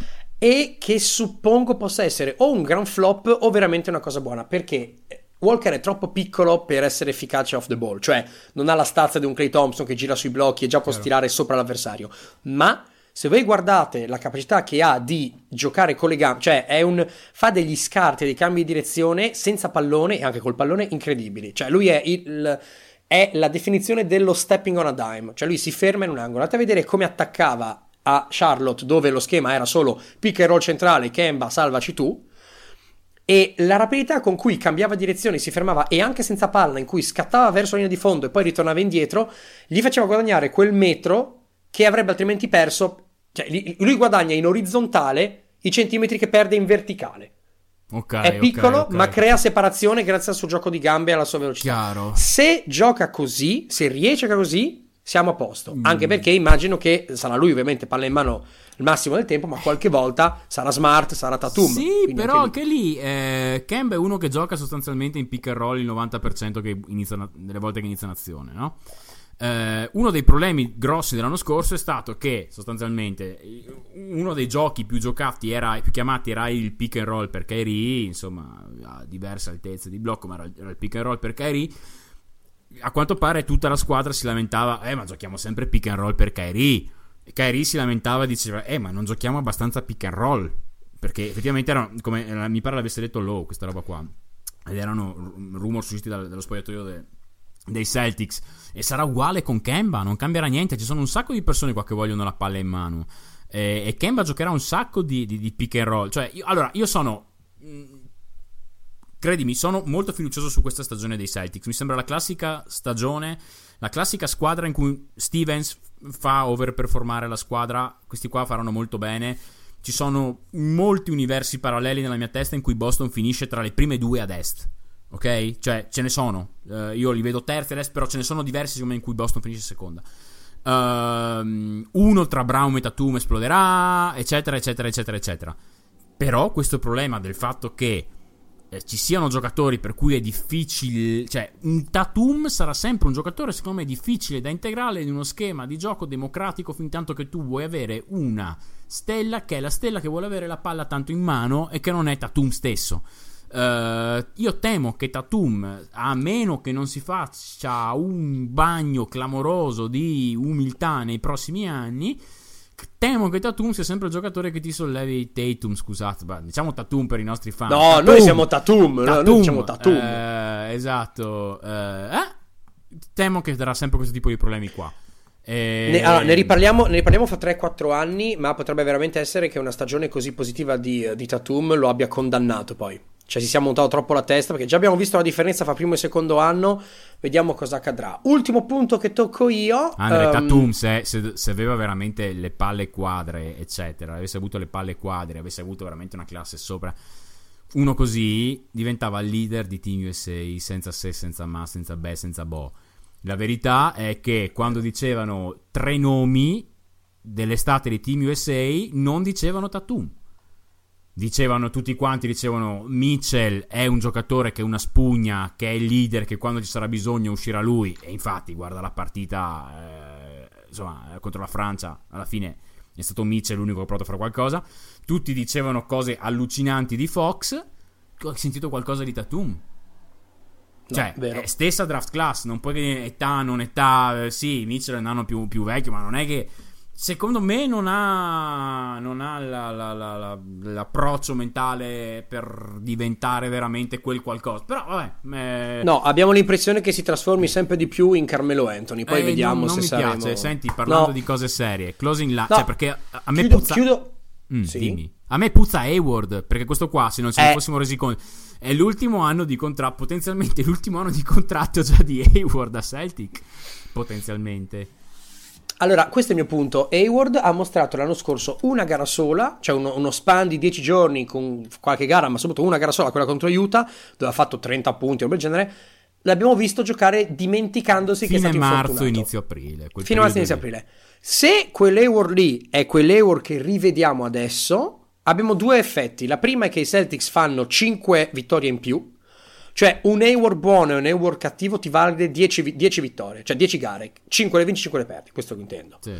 e che suppongo possa essere o un gran flop o veramente una cosa buona, perché Walker è troppo piccolo per essere efficace off the ball, cioè non ha la stazza di un Klay Thompson che gira sui blocchi e già può Chiaro. stirare sopra l'avversario, ma se voi guardate la capacità che ha di giocare con le gambe, cioè è un, fa degli scarti, dei cambi di direzione senza pallone e anche col pallone incredibili, cioè lui è, il, è la definizione dello stepping on a dime, cioè lui si ferma in un angolo. Andate a vedere come attaccava a Charlotte, dove lo schema era solo pick and roll centrale, Kemba salvaci tu, e la rapidità con cui cambiava direzione, si fermava e anche senza palla, in cui scattava verso la linea di fondo e poi ritornava indietro, gli faceva guadagnare quel metro che avrebbe altrimenti perso. Cioè lui guadagna in orizzontale i centimetri che perde in verticale. Okay, è piccolo, okay, okay. ma crea separazione grazie al suo gioco di gambe e alla sua velocità. Chiaro. Se gioca così, se riesce a giocare così, siamo a posto. Mm. Anche perché immagino che sarà lui ovviamente palla in mano il massimo del tempo, ma qualche volta sarà Smart, sarà Tatum. Sì, però anche lì, anche lì eh, Kemba è uno che gioca sostanzialmente in pick and roll il novanta per cento che inizia, delle volte che inizia un'azione, no? Eh, uno dei problemi grossi dell'anno scorso è stato che sostanzialmente uno dei giochi più giocati era, più chiamati era il pick and roll per Kyrie, insomma a diverse altezze di blocco, ma era, era il pick and roll per Kyrie. A quanto pare tutta la squadra si lamentava, eh ma giochiamo sempre pick and roll per Kyrie, e Kyrie si lamentava e diceva, eh ma non giochiamo abbastanza pick and roll, perché effettivamente era, come mi pare l'avesse detto Lowe, questa roba qua, ed erano rumor usciti dallo spogliatoio de, dei Celtics, e sarà uguale con Kemba, non cambierà niente, ci sono un sacco di persone qua che vogliono la palla in mano, e, e Kemba giocherà un sacco di, di, di pick and roll, cioè io, allora io sono mh, credimi, sono molto fiducioso su questa stagione dei Celtics. Mi sembra la classica stagione, la classica squadra in cui Stevens fa overperformare la squadra. Questi qua faranno molto bene. Ci sono molti universi paralleli nella mia testa in cui Boston finisce tra le prime due ad est. Ok? Cioè, ce ne sono. Uh, io li vedo terzi ad est, però ce ne sono diversi in cui Boston finisce seconda. Uh, uno tra Brown e Tatum esploderà, eccetera, eccetera, eccetera, eccetera. Però questo problema del fatto che ci siano giocatori per cui è difficile, cioè un Tatum sarà sempre un giocatore secondo me difficile da integrare in uno schema di gioco democratico, fin tanto che tu vuoi avere una stella che è la stella che vuole avere la palla tanto in mano e che non è Tatum stesso. Uh, io temo che Tatum, a meno che non si faccia un bagno clamoroso di umiltà nei prossimi anni, temo che Tatum sia sempre il giocatore che ti sollevi. Tatum, scusate, ma diciamo Tatum per i nostri fan. No, Tatum, noi siamo Tatum, Tatum noi diciamo Tatum. Eh, esatto. Eh, eh, temo che darà sempre questo tipo di problemi qua. E... Ne, allora, ne riparliamo, ne riparliamo fra tre quattro anni, ma potrebbe veramente essere che una stagione così positiva di, di Tatum lo abbia condannato poi. Cioè si sia montato troppo la testa, perché già abbiamo visto la differenza fra primo e secondo anno. Vediamo cosa accadrà. Ultimo punto che tocco io. Andre, um... Tatum se, se, se aveva veramente le palle quadre eccetera, avesse avuto le palle quadre, avesse avuto veramente una classe sopra, uno così diventava il leader di Team U S A, senza se, senza ma, senza be, senza bo. La verità è che quando dicevano tre nomi dell'estate di Team U S A non dicevano Tatum. Dicevano tutti quanti, dicevano Mitchell è un giocatore che è una spugna, che è il leader, che quando ci sarà bisogno uscirà lui, e infatti guarda la partita eh, insomma contro la Francia, alla fine è stato Mitchell l'unico che ha provato a fare qualcosa. Tutti dicevano cose allucinanti di Fox. Ho sentito qualcosa di Tatum? No, cioè vero. è stessa draft class, non puoi dire età, non età, eh, sì Mitchell è un anno più, più vecchio, ma non è che, secondo me non ha non ha la, la, la, la, l'approccio mentale per diventare veramente quel qualcosa. Però vabbè, eh... no, abbiamo l'impressione che si trasformi sempre di più in Carmelo Anthony. Poi eh, vediamo non, non se mi saremo... piace. Senti, parlando no. di cose serie, closing la... no. cioè perché a, a me chiudo, puzza chiudo... Mm, sì. dimmi. A me puzza Hayward, perché questo qua, se non ce ne eh. fossimo resi conto, è l'ultimo anno di contratto, potenzialmente l'ultimo anno di contratto già di Hayward a Celtic, potenzialmente. Allora, questo è il mio punto. Hayward ha mostrato l'anno scorso una gara sola, cioè uno, uno span di dieci giorni con qualche gara, ma soprattutto una gara sola, quella contro Utah, dove ha fatto trenta punti o del genere. L'abbiamo visto giocare dimenticandosi fine che è stato marzo, infortunato. inizio aprile. Fine marzo, inizio aprile. Se quell'Hayward lì è quell'Hayward che rivediamo adesso, abbiamo due effetti. La prima è che i Celtics fanno cinque vittorie in più. Cioè un Hayward buono e un Hayward cattivo ti vale dieci, dieci vittorie, cioè dieci gare, cinque le vinci, cinque le perdi, questo lo intendo. Sì.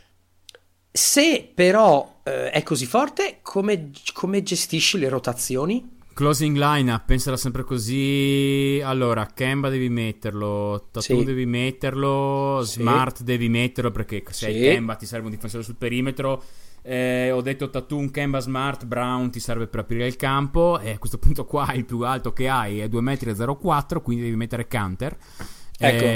Se però eh, è così forte, come, come gestisci le rotazioni? Closing lineup, pensala sempre così. Allora, Kemba devi metterlo, Tatum Sì. devi metterlo, Sì. Smart devi metterlo, perché se hai Sì. Kemba ti serve un difensore sul perimetro. Eh, ho detto Tatum, Kemba, Smart, Brown ti serve per aprire il campo, e a questo punto qua il più alto che hai è due virgola zero quattro metri, quindi devi mettere Canter. Ecco.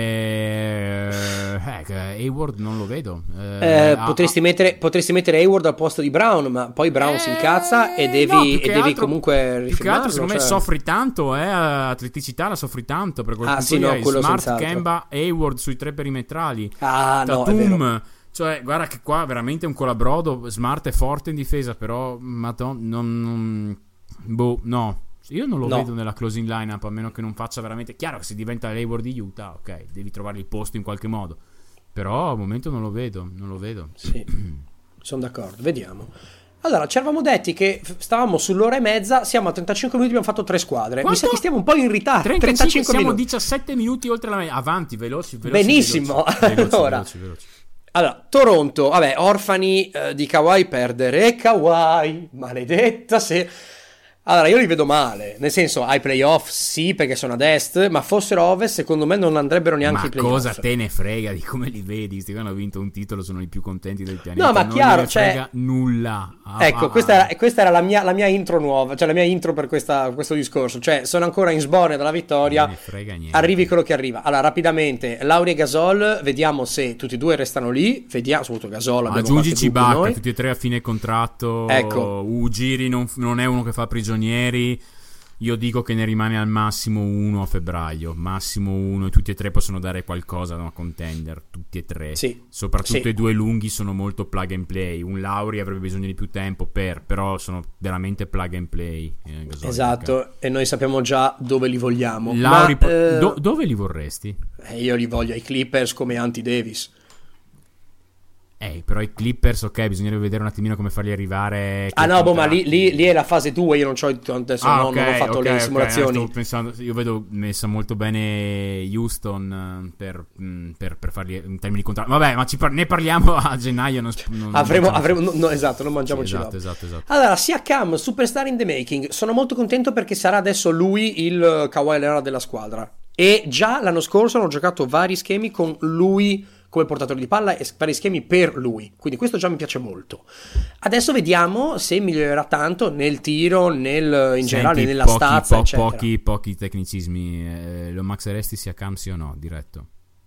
Eh, eh, Hayward non lo vedo. Eh, Eh, ah, potresti, ah, mettere, potresti mettere Hayward al posto di Brown, ma poi Brown Eh, si incazza e devi, no, più e che devi altro- comunque più che altro rifirmarlo, secondo me cioè. soffri tanto, eh, atleticità la soffri tanto, per quel Ah, punto sì, lì no, hai quello Smart, senz'altro. Kemba, Hayward sui tre perimetrali. Ah, no, è vero. Tatum, cioè guarda che qua veramente è un colabrodo. Smart è forte in difesa, però madonna, non, non boh, no, io non lo No. vedo nella closing lineup, a meno che non faccia veramente chiaro che se diventa l'Hayward di Utah, ok, devi trovare il posto in qualche modo, però al momento non lo vedo, non lo vedo. Sì, sono d'accordo, vediamo. Allora, ci eravamo detti che f- stavamo sull'ora e mezza, siamo a trentacinque minuti, abbiamo fatto tre squadre. Quanto? Mi sa che stiamo un po' in ritardo. trentacinque, trentacinque siamo minuti. diciassette minuti oltre la media. Avanti, veloci, veloci. Benissimo. Veloci, veloci, Allora. veloci, veloci. Allora, Toronto, vabbè, orfani eh, di Kawhi perdere. Kawhi, maledetta se... Allora, io li vedo male, nel senso, ai playoff sì, perché sono ad est, ma fossero a ovest, secondo me non andrebbero neanche Ma ai playoff. cosa te ne frega di come li vedi? Questi qua hanno vinto un titolo, sono i più contenti del pianeta. No, ma non chiaro, ne cioè- frega nulla. Ah, Ecco, ah, questa era, questa era la, mia, la mia intro nuova, cioè la mia intro per questa- questo discorso. Cioè, sono ancora in sbornia dalla vittoria. Non ne frega niente. Arrivi quello che arriva. Allora, rapidamente, Lauri e Gasol, vediamo se tutti e due restano lì. Vediamo, soprattutto Gasol. abbiamo Aggiungici qualche dubbio Bacca, noi. tutti e tre a fine contratto. Ecco. Ugiri non, non è uno che fa prigionieri. Io dico che ne rimane al massimo uno a febbraio. Massimo uno, e tutti e tre possono dare qualcosa a una contender. Tutti e tre. Sì. Soprattutto Sì. i due lunghi sono molto plug and play. Un Lauri avrebbe bisogno di più tempo per, però sono veramente plug and play. eh, Gasol e Esatto, Bacca. e noi sappiamo già dove li vogliamo. Lauri, Ma, po- eh, do- dove li vorresti? eh, io li voglio ai Clippers come Anti Davis. Eh, però i Clippers, ok, bisognerebbe vedere un attimino come farli arrivare. Ah che no, boh, ma contratti. lì, lì, lì è la fase due, io non c'ho adesso Ah, no, ok, non ho fatto ok, le ok, simulazioni. stavo pensando, io vedo messa molto bene Houston eh, per, mh, per, per farli in termini di contratto. Vabbè, ma ci par- ne parliamo a gennaio. Non, non, Avremo, non avremo no, no, esatto, non Sì, mangiamoci esatto, dopo. esatto, esatto. Allora, Siakam, superstar in the making. Sono molto contento perché sarà adesso lui il Kawhi Leonard della squadra. E già l'anno scorso hanno giocato vari schemi con lui come portatore di palla e vari schemi per lui. Quindi questo già mi piace molto. Adesso vediamo se migliorerà tanto nel tiro, nel, in Senti, generale nella pochi, stazza, po- eccetera. pochi, pochi tecnicismi. Eh, lo maxeresti sia Cam sì o no? Diretto.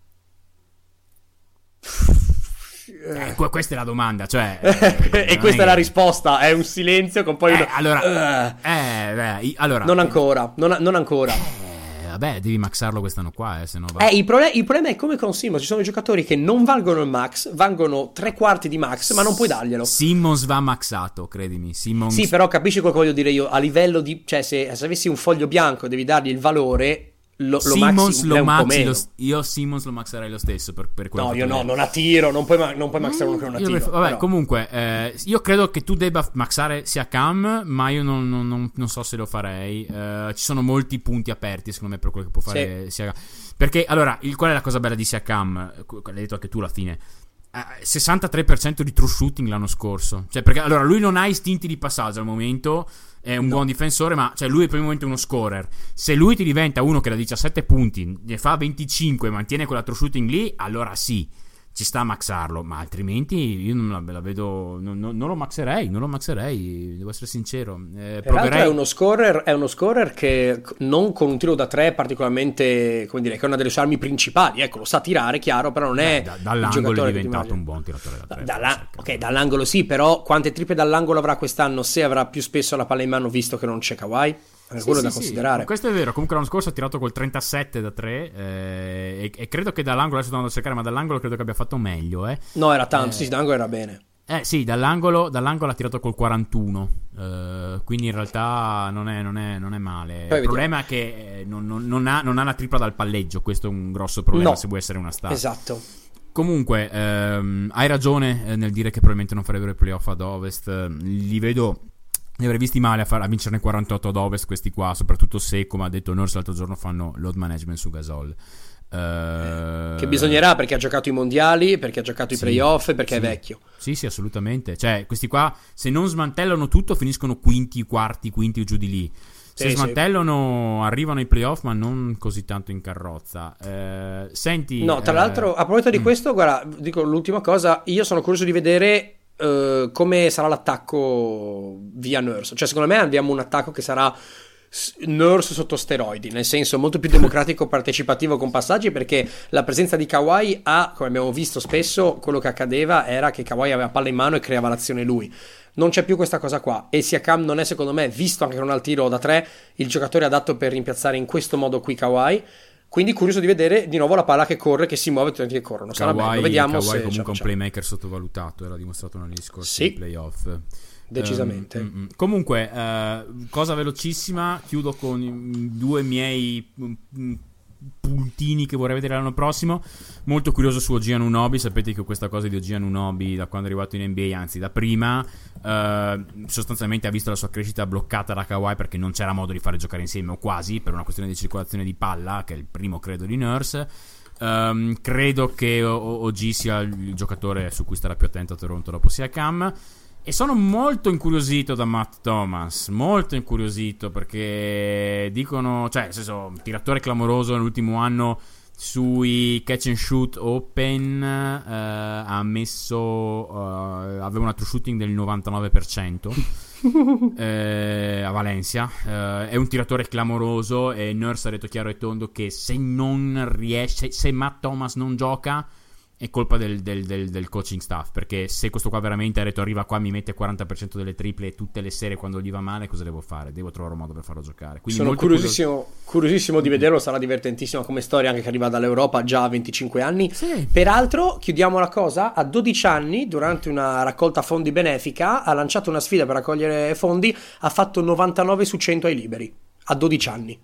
Eh, que- questa è la domanda, cioè, eh, e non questa è che- la risposta, è un silenzio con poi Eh, uno- allora, Eh, eh, beh, i- allora, non ancora, non, non ancora. eh, vabbè, devi maxarlo quest'anno qua, eh, se no va. Eh, il, prole- il problema è come con Simmons, ci sono giocatori che non valgono il max, valgono tre quarti di max, ma non puoi darglielo. Simmons va maxato, credimi. Simmons... Sì, però capisci quello che voglio dire io, a livello di, cioè se, se avessi un foglio bianco e devi dargli il valore, lo, lo Simmons maxi lo un po' maxi meno. lo, io Simmons lo maxerei lo stesso per, per quello No, che io tu no, hai. non a tiro, non puoi, ma- non puoi maxare uno che non ha Io tiro. pref- vabbè, però. comunque, eh, io credo che tu debba maxare sia Cam, ma io non, non- non- non so se lo farei. Eh, ci sono molti punti aperti, secondo me, per quello che può fare sia. Perché, allora, il, qual è la cosa bella di Siakam? L'hai detto anche tu alla fine. Eh, sessantatré per cento di true shooting l'anno scorso. Cioè, perché allora lui non ha istinti di passaggio al momento. È un No. buon difensore, ma cioè lui è per il momento uno scorer. Se lui ti diventa uno che da diciassette punti ne fa venticinque e mantiene quella true shooting lì, allora sì, ci sta a maxarlo. Ma altrimenti io non la, la vedo. Non, non- non lo maxerei, non lo maxerei, devo essere sincero. Eh, Peraltro proverei. è uno scorer, è uno scorer che non con un tiro da tre particolarmente, come dire, che è una delle sue armi principali. Ecco, lo sa tirare, chiaro, però non è Eh, da- il dall'angolo è giocatore che ti diventato immagini. un buon tiratore da tre. Da- dalla- forse, ok, credo. dall'angolo sì, però quante triple dall'angolo avrà quest'anno se avrà più spesso la palla in mano visto che non c'è Kawhi? è sì, quello sì, da sì, considerare. Questo è vero. Comunque l'anno scorso ha tirato col trentasette da tre eh, e, e credo che dall'angolo, adesso sto andando a cercare, ma dall'angolo credo che abbia fatto meglio. Eh. No, era tanto, eh, sì, dall'angolo era bene. Eh sì, dall'angolo, dall'angolo ha tirato col quarantuno, eh, quindi in realtà non è, non è, non è male. Poi il problema è che eh, non, non, non, ha, non ha la tripla dal palleggio, questo è un grosso problema, no, se vuoi essere una star. Esatto. Comunque, ehm, hai ragione eh, nel dire che probabilmente non farebbero i playoff ad Ovest. Li vedo, li avrei visti male a, far, a vincerne quarantotto ad Ovest questi qua, soprattutto se, come ha detto Nurse l'altro giorno, fanno load management su Gasol. Uh, che bisognerà, perché ha giocato i mondiali, perché ha giocato sì, i playoff e perché sì. è vecchio. Sì, sì, assolutamente. Cioè, questi qua, se non smantellano tutto, finiscono quinti, quarti, quinti o giù di lì. Se sì, smantellano, sì. arrivano ai playoff, ma non così tanto in carrozza. Eh, senti. No, tra eh... l'altro, a proposito di mm. questo, guarda, dico l'ultima cosa. Io sono curioso di vedere uh, come sarà l'attacco via Nurse. Cioè, secondo me abbiamo un attacco che sarà Nurse sotto steroidi, nel senso molto più democratico, partecipativo, con passaggi, perché la presenza di Kawhi ha, come abbiamo visto spesso, quello che accadeva era che Kawhi aveva palla in mano e creava l'azione lui. Non c'è più questa cosa qua, e Siakam non è, secondo me, visto anche che non ha il tiro da tre, il giocatore adatto per rimpiazzare in questo modo qui Kawhi. Quindi curioso di vedere di nuovo la palla che corre, che si muove, tutti che corrono. Sarà Kawhi, bello, vediamo. Kawhi se comunque è un playmaker sottovalutato, era dimostrato negli scorsi sì. playoff. Decisamente. Um, mm, mm. Comunque, uh, cosa velocissima, chiudo con i due miei mm, puntini che vorrei vedere l'anno prossimo. Molto curioso su O G Anunoby. Sapete che questa cosa di O G Anunoby, da quando è arrivato in N B A, anzi da prima, uh, sostanzialmente ha visto la sua crescita bloccata da Kawhi, perché non c'era modo di fare giocare insieme, o quasi, per una questione di circolazione di palla, che è il primo credo di Nurse. Um, credo che O G sia il giocatore su cui starà più attento a Toronto dopo Siakam. E sono molto incuriosito da Matt Thomas, molto incuriosito, perché dicono, cioè nel senso, tiratore clamoroso nell'ultimo anno sui catch and shoot open, eh, ha messo eh, aveva una true shooting del novantanove per cento eh, a Valencia, eh, è un tiratore clamoroso, e Nurse ha detto chiaro e tondo che se non riesce, se Matt Thomas non gioca, è colpa del, del, del, del coaching staff, perché se questo qua veramente ha detto arriva qua, mi mette quaranta per cento delle triple tutte le sere quando gli va male, cosa devo fare? Devo trovare un modo per farlo giocare. Quindi sono curiosissimo, curios- curiosissimo di vederlo, sarà divertentissima come storia, anche che arriva dall'Europa già a venticinque anni. Sì. Peraltro, chiudiamo la cosa, a dodici anni, durante una raccolta fondi benefica, ha lanciato una sfida per raccogliere fondi, ha fatto novantanove su cento ai liberi, a dodici anni.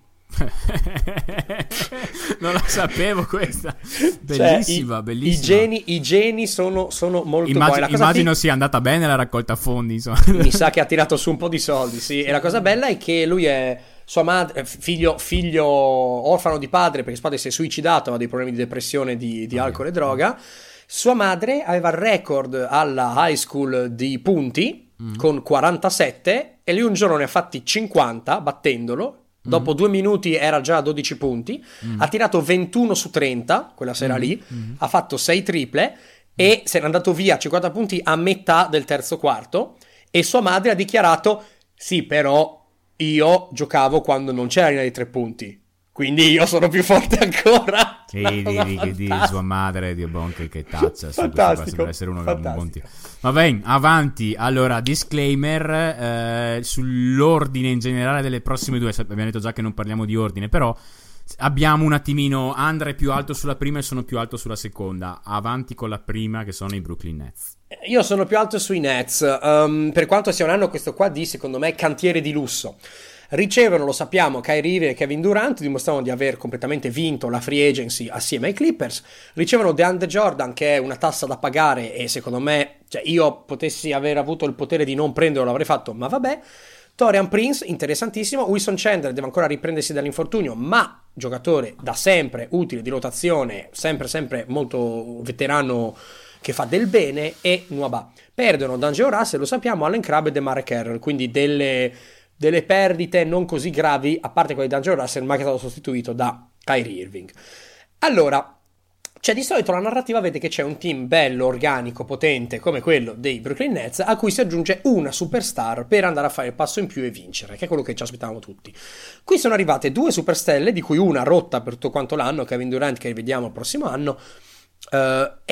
Non la sapevo questa. Bellissima, cioè, i, bellissima. I geni, i geni sono, sono molto Immagino, buoni. La cosa immagino fi- sia andata bene la raccolta fondi, insomma. Mi sa che ha tirato su un po' di soldi, sì. E la cosa bella è che lui è sua madre, figlio, figlio orfano di padre, perché suo padre si è suicidato, aveva dei problemi di depressione, di, di alcol e droga. Sua madre aveva il record alla high school di punti mm. con quarantasette, e lui un giorno ne ha fatti cinquanta battendolo. Dopo due minuti era già a dodici punti, mm. ha tirato ventuno su trenta quella sera mm. lì, mm. ha fatto sei triple e se n'è andato via a cinquanta punti a metà del terzo quarto, e sua madre ha dichiarato sì, però io giocavo quando non c'era linea di tre punti, quindi io sono più forte ancora. Sì, di, di, di sua madre, Dio bon, che, che tazza. Fantastico, per essere uno fantastico. Un buon tiro. Va bene, avanti. Allora, disclaimer eh, sull'ordine in generale delle prossime due. Abbiamo detto già che non parliamo di ordine, però abbiamo un attimino, Andra è più alto sulla prima e sono più alto sulla seconda. Avanti con la prima, che sono i Brooklyn Nets. Io sono più alto sui Nets, um, per quanto sia un anno questo qua di, secondo me, cantiere di lusso. Ricevono, lo sappiamo, Kyrie Irving e Kevin Durant, dimostrano di aver completamente vinto la free agency assieme ai Clippers. Ricevono DeAndre Jordan, che è una tassa da pagare, e secondo me, cioè io potessi aver avuto il potere di non prenderlo, l'avrei fatto, ma vabbè. Taurean Prince, interessantissimo. Wilson Chandler deve ancora riprendersi dall'infortunio, ma giocatore da sempre, utile, di rotazione, sempre sempre molto veterano, che fa del bene. E Nwaba. Perdono D'Angelo Russell, lo sappiamo, Allen Crabbe e DeMar Carroll, quindi delle... delle perdite non così gravi, a parte quelle di D'Angelo Russell, ma che è stato sostituito da Kyrie Irving. Allora, cioè di solito la narrativa vede che c'è un team bello, organico, potente come quello dei Brooklyn Nets, a cui si aggiunge una superstar per andare a fare il passo in più e vincere, che è quello che ci aspettavamo tutti. Qui sono arrivate due superstelle, di cui una rotta per tutto quanto l'anno, Kevin Durant, che rivediamo il prossimo anno, uh, e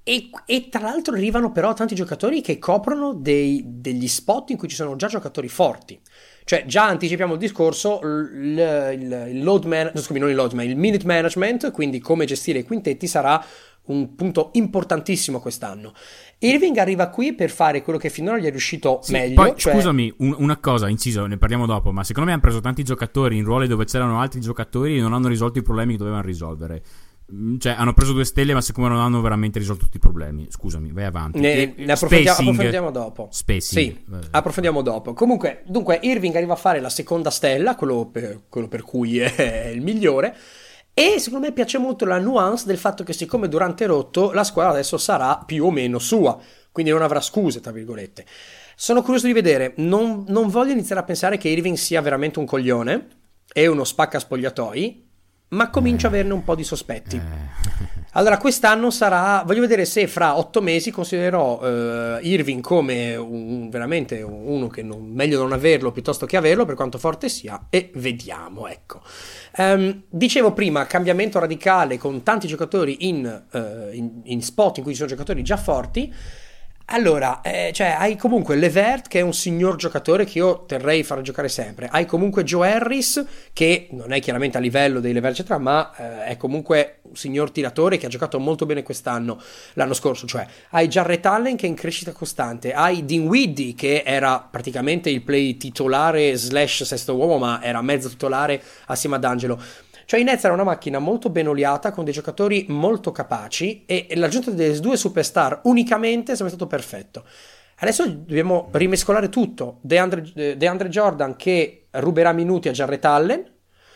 E, e tra l'altro arrivano però tanti giocatori che coprono dei, degli spot in cui ci sono già giocatori forti. Cioè già anticipiamo il discorso, il, il, il load man, no, scusami, non il load man, il minute management, quindi come gestire i quintetti, sarà un punto importantissimo quest'anno. Irving arriva qui per fare quello che finora gli è riuscito sì, meglio. Poi, cioè... scusami, un, una cosa, inciso, ne parliamo dopo, ma secondo me hanno preso tanti giocatori in ruoli dove c'erano altri giocatori e non hanno risolto i problemi che dovevano risolvere. Cioè hanno preso due stelle ma siccome non hanno veramente risolto tutti i problemi. Scusami, vai avanti. Ne, ne approfondiamo, approfondiamo dopo. Spacing. Sì, approfondiamo dopo. Comunque, dunque Irving arriva a fare la seconda stella, quello per, quello per cui è il migliore. E secondo me piace molto la nuance del fatto che siccome Durant è rotto, la squadra adesso sarà più o meno sua, quindi non avrà scuse, tra virgolette. Sono curioso di vedere. Non, non voglio iniziare a pensare che Irving sia veramente un coglione e uno spacca spogliatoi, ma comincio a averne un po' di sospetti. Allora quest'anno sarà, voglio vedere se fra otto mesi considererò uh, Irving come un, veramente uno che non, meglio non averlo piuttosto che averlo, per quanto forte sia, e vediamo, ecco. Um, dicevo prima, cambiamento radicale con tanti giocatori in, uh, in, in spot in cui ci sono giocatori già forti. Allora, eh, cioè hai comunque LeVert che è un signor giocatore che io terrei far giocare sempre, hai comunque Joe Harris che non è chiaramente a livello dei LeVert eccetera, ma eh, è comunque un signor tiratore che ha giocato molto bene quest'anno, l'anno scorso, cioè hai Jarrett Allen che è in crescita costante, hai Dinwiddie che era praticamente il play titolare slash sesto uomo ma era mezzo titolare assieme ad Angelo. Cioè i Nets era una macchina molto ben oliata con dei giocatori molto capaci e l'aggiunta delle due superstar unicamente sembra stato perfetto. Adesso dobbiamo rimescolare tutto. DeAndre, DeAndre Jordan che ruberà minuti a Jarrett Allen,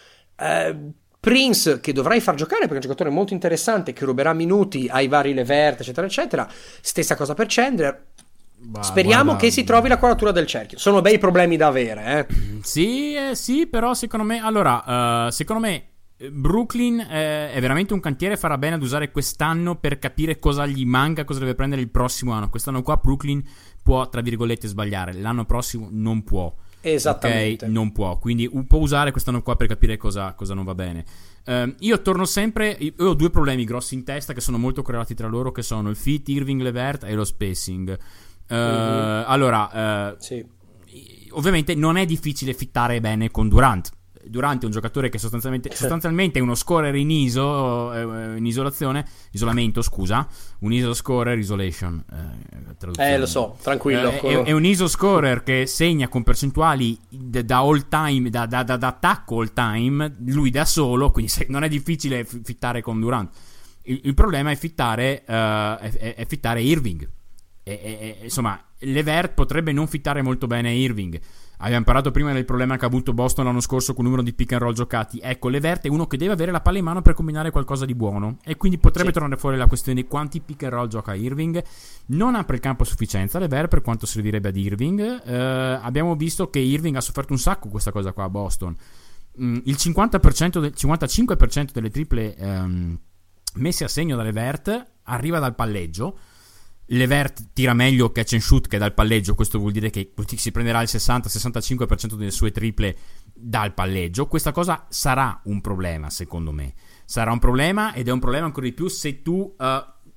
eh, Prince che dovrai far giocare perché è un giocatore molto interessante che ruberà minuti ai vari LeVert eccetera eccetera. Stessa cosa per Chandler. Bah, speriamo guarda, che si trovi la quadratura del cerchio. Sono bei problemi da avere, eh. Sì, eh, sì, però secondo me allora, uh, secondo me Brooklyn eh, è veramente un cantiere, farà bene ad usare quest'anno per capire cosa gli manca, cosa deve prendere il prossimo anno. Quest'anno qua Brooklyn può, tra virgolette, sbagliare, l'anno prossimo non può. Esattamente. Okay? Non può, quindi può usare quest'anno qua per capire cosa, cosa non va bene. Uh, io torno sempre, io ho due problemi grossi in testa che sono molto correlati tra loro, che sono il fit Irving-LeVert e lo spacing. Uh, mm-hmm. Allora, uh, sì. Ovviamente non è difficile fittare bene con Durant. Durant è un giocatore che sostanzialmente, sostanzialmente è uno scorer in iso, eh, in isolazione, isolamento, scusa, un iso scorer isolation. Eh, eh lo so, tranquillo. Eh, è, è un iso scorer che segna con percentuali da, da all time, da, da, da, da attacco all time, lui da solo, quindi se, non è difficile fittare con Durant. Il, il problema è fittare, uh, è, è fittare Irving. E, e, insomma, LeVert potrebbe non fittare molto bene Irving. Abbiamo parlato prima del problema che ha avuto Boston l'anno scorso con il numero di pick and roll giocati. Ecco, LeVert è uno che deve avere la palla in mano per combinare qualcosa di buono e quindi potrebbe sì. tornare fuori la questione di quanti pick and roll gioca Irving. Non apre il campo a sufficienza LeVert per quanto servirebbe ad Irving. eh, Abbiamo visto che Irving ha sofferto un sacco questa cosa qua a Boston. mm, Il cinquanta per cento del, cinquantacinque per cento delle triple ehm, messe a segno da LeVert arriva dal palleggio. LeVert tira meglio catch and shoot che dal palleggio, questo vuol dire che si prenderà il sessanta sessantacinque per cento delle sue triple dal palleggio. Questa cosa sarà un problema, secondo me. Sarà un problema ed è un problema ancora di più se tu uh,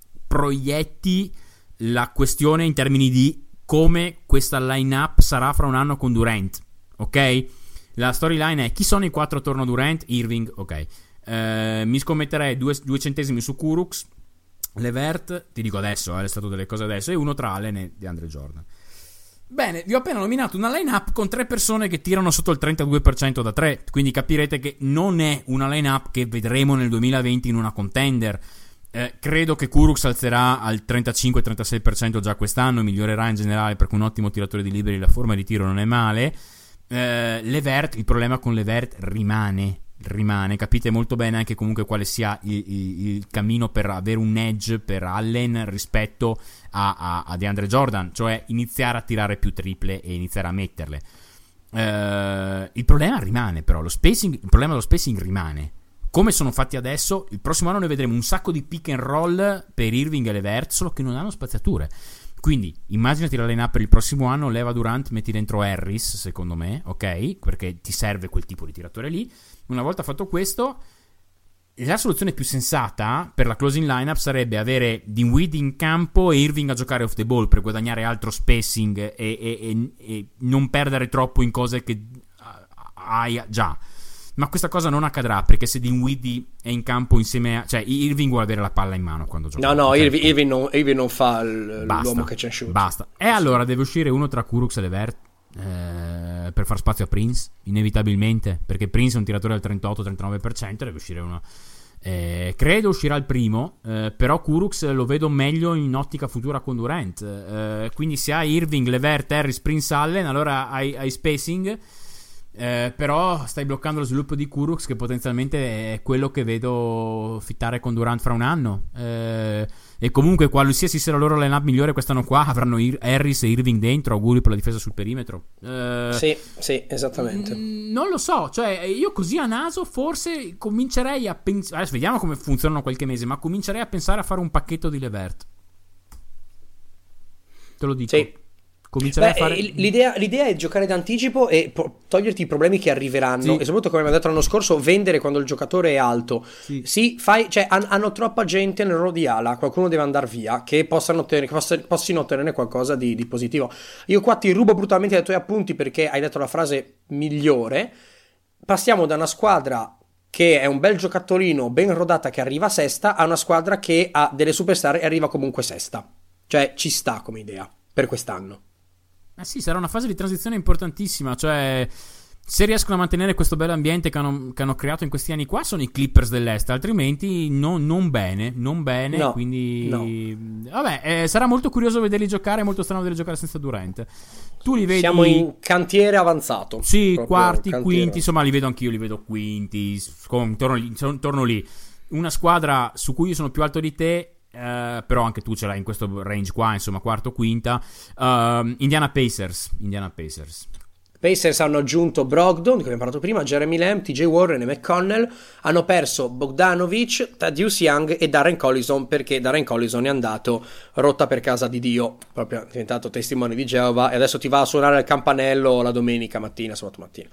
proietti la questione in termini di come questa line-up sarà fra un anno con Durant, ok? La storyline è: chi sono i quattro attorno a Durant? Irving, ok. Uh, mi scommetterei due, due centesimi su Kurucs. LeVert, ti dico adesso, eh, è stato delle cose adesso, e uno tra Allen e DeAndre Jordan. Bene, vi ho appena nominato una line-up con tre persone che tirano sotto il trentadue per cento da tre, quindi capirete che non è una line-up che vedremo nel duemilaventi in una contender. Eh, credo che Kurucs alzerà al trentacinque trentasei per cento già quest'anno, migliorerà in generale perché un ottimo tiratore di liberi, la forma di tiro non è male. Eh, LeVert, il problema con LeVert rimane rimane, capite molto bene anche comunque quale sia il, il, il cammino per avere un edge per Allen rispetto a, a, a DeAndre Jordan, cioè iniziare a tirare più triple e iniziare a metterle. Uh, il problema rimane però, lo spacing, il problema dello spacing rimane. Come sono fatti adesso, il prossimo anno noi vedremo un sacco di pick and roll per Irving e LeVert, solo che non hanno spaziature. Quindi immaginati la line-up per il prossimo anno: leva Durant, metti dentro Harris, secondo me, ok? Perché ti serve quel tipo di tiratore lì. Una volta fatto questo, la soluzione più sensata per la closing lineup sarebbe avere Dinwiddie in campo e Irving a giocare off the ball per guadagnare altro spacing e, e, e, e non perdere troppo in cose che hai già. Ma questa cosa non accadrà, perché se Dinwiddie è in campo insieme a... cioè Irving vuole avere la palla in mano quando gioca. No, no, cioè, Irving, Irving, non, Irving non fa l- basta, l'uomo che c'è shoot. Basta. E allora deve uscire uno tra Kurucs e Levert eh, per far spazio a Prince, inevitabilmente, perché Prince è un tiratore del trentotto trentanove per cento, deve uscire uno... Eh, credo uscirà il primo, eh, però Kurucs lo vedo meglio in ottica futura con Durant, eh, quindi se hai Irving, Levert, Harris, Prince, Allen, allora hai, hai spacing, eh, però stai bloccando lo sviluppo di Kurucs, che potenzialmente è quello che vedo fittare con Durant fra un anno, eh, e comunque qualsiasi sia la loro line-up migliore quest'anno qua avranno Ir- Harris e Irving dentro, auguri per la difesa sul perimetro. eh, Sì, sì, esattamente. mh, non lo so, cioè io così a naso forse comincerei a pensare, adesso vediamo come funzionano qualche mese, ma comincerei a pensare a fare un pacchetto di Levert, te lo dico. Sì. Comincerei Beh, a fare... l'idea, l'idea è giocare d'anticipo e po- toglierti i problemi che arriveranno, Sì. e soprattutto, come abbiamo detto l'anno scorso, vendere quando il giocatore è alto. Sì. Sì, fai, cioè, han- hanno troppa gente nel loro di ala, qualcuno deve andare via, che possano ottenere, che possa- possino ottenere qualcosa di, di positivo. Io qua ti rubo brutalmente dai tuoi appunti perché hai detto la frase migliore. Passiamo da una squadra che è un bel giocattolino ben rodata che arriva sesta a una squadra che ha delle superstar e arriva comunque sesta. Cioè ci sta come idea per quest'anno. Eh sì, sarà una fase di transizione importantissima, cioè se riescono a mantenere questo bel ambiente che hanno, che hanno creato in questi anni qua sono i Clippers dell'Est, altrimenti no, non bene, non bene, No, quindi no. vabbè, eh, sarà molto curioso vederli giocare, molto strano vederli giocare senza Durant. Tu li vedi... Siamo in cantiere avanzato. Sì, Proprio quarti, cantiere. quinti, insomma li vedo anch'io, li vedo quinti, con- torno lì, torno lì. Una squadra su cui io sono più alto di te, Uh, però anche tu ce l'hai in questo range qua, insomma quarto, quinta. uh, Indiana Pacers Indiana Pacers Pacers hanno aggiunto Brogdon, che abbiamo parlato prima, Jeremy Lamb, T J Warren e McConnell. Hanno perso Bogdanovic, Thaddeus Young e Darren Collison, perché Darren Collison è andato rotta per casa di Dio, proprio è diventato testimone di Geova e adesso ti va a suonare il campanello la domenica mattina, sabato mattina.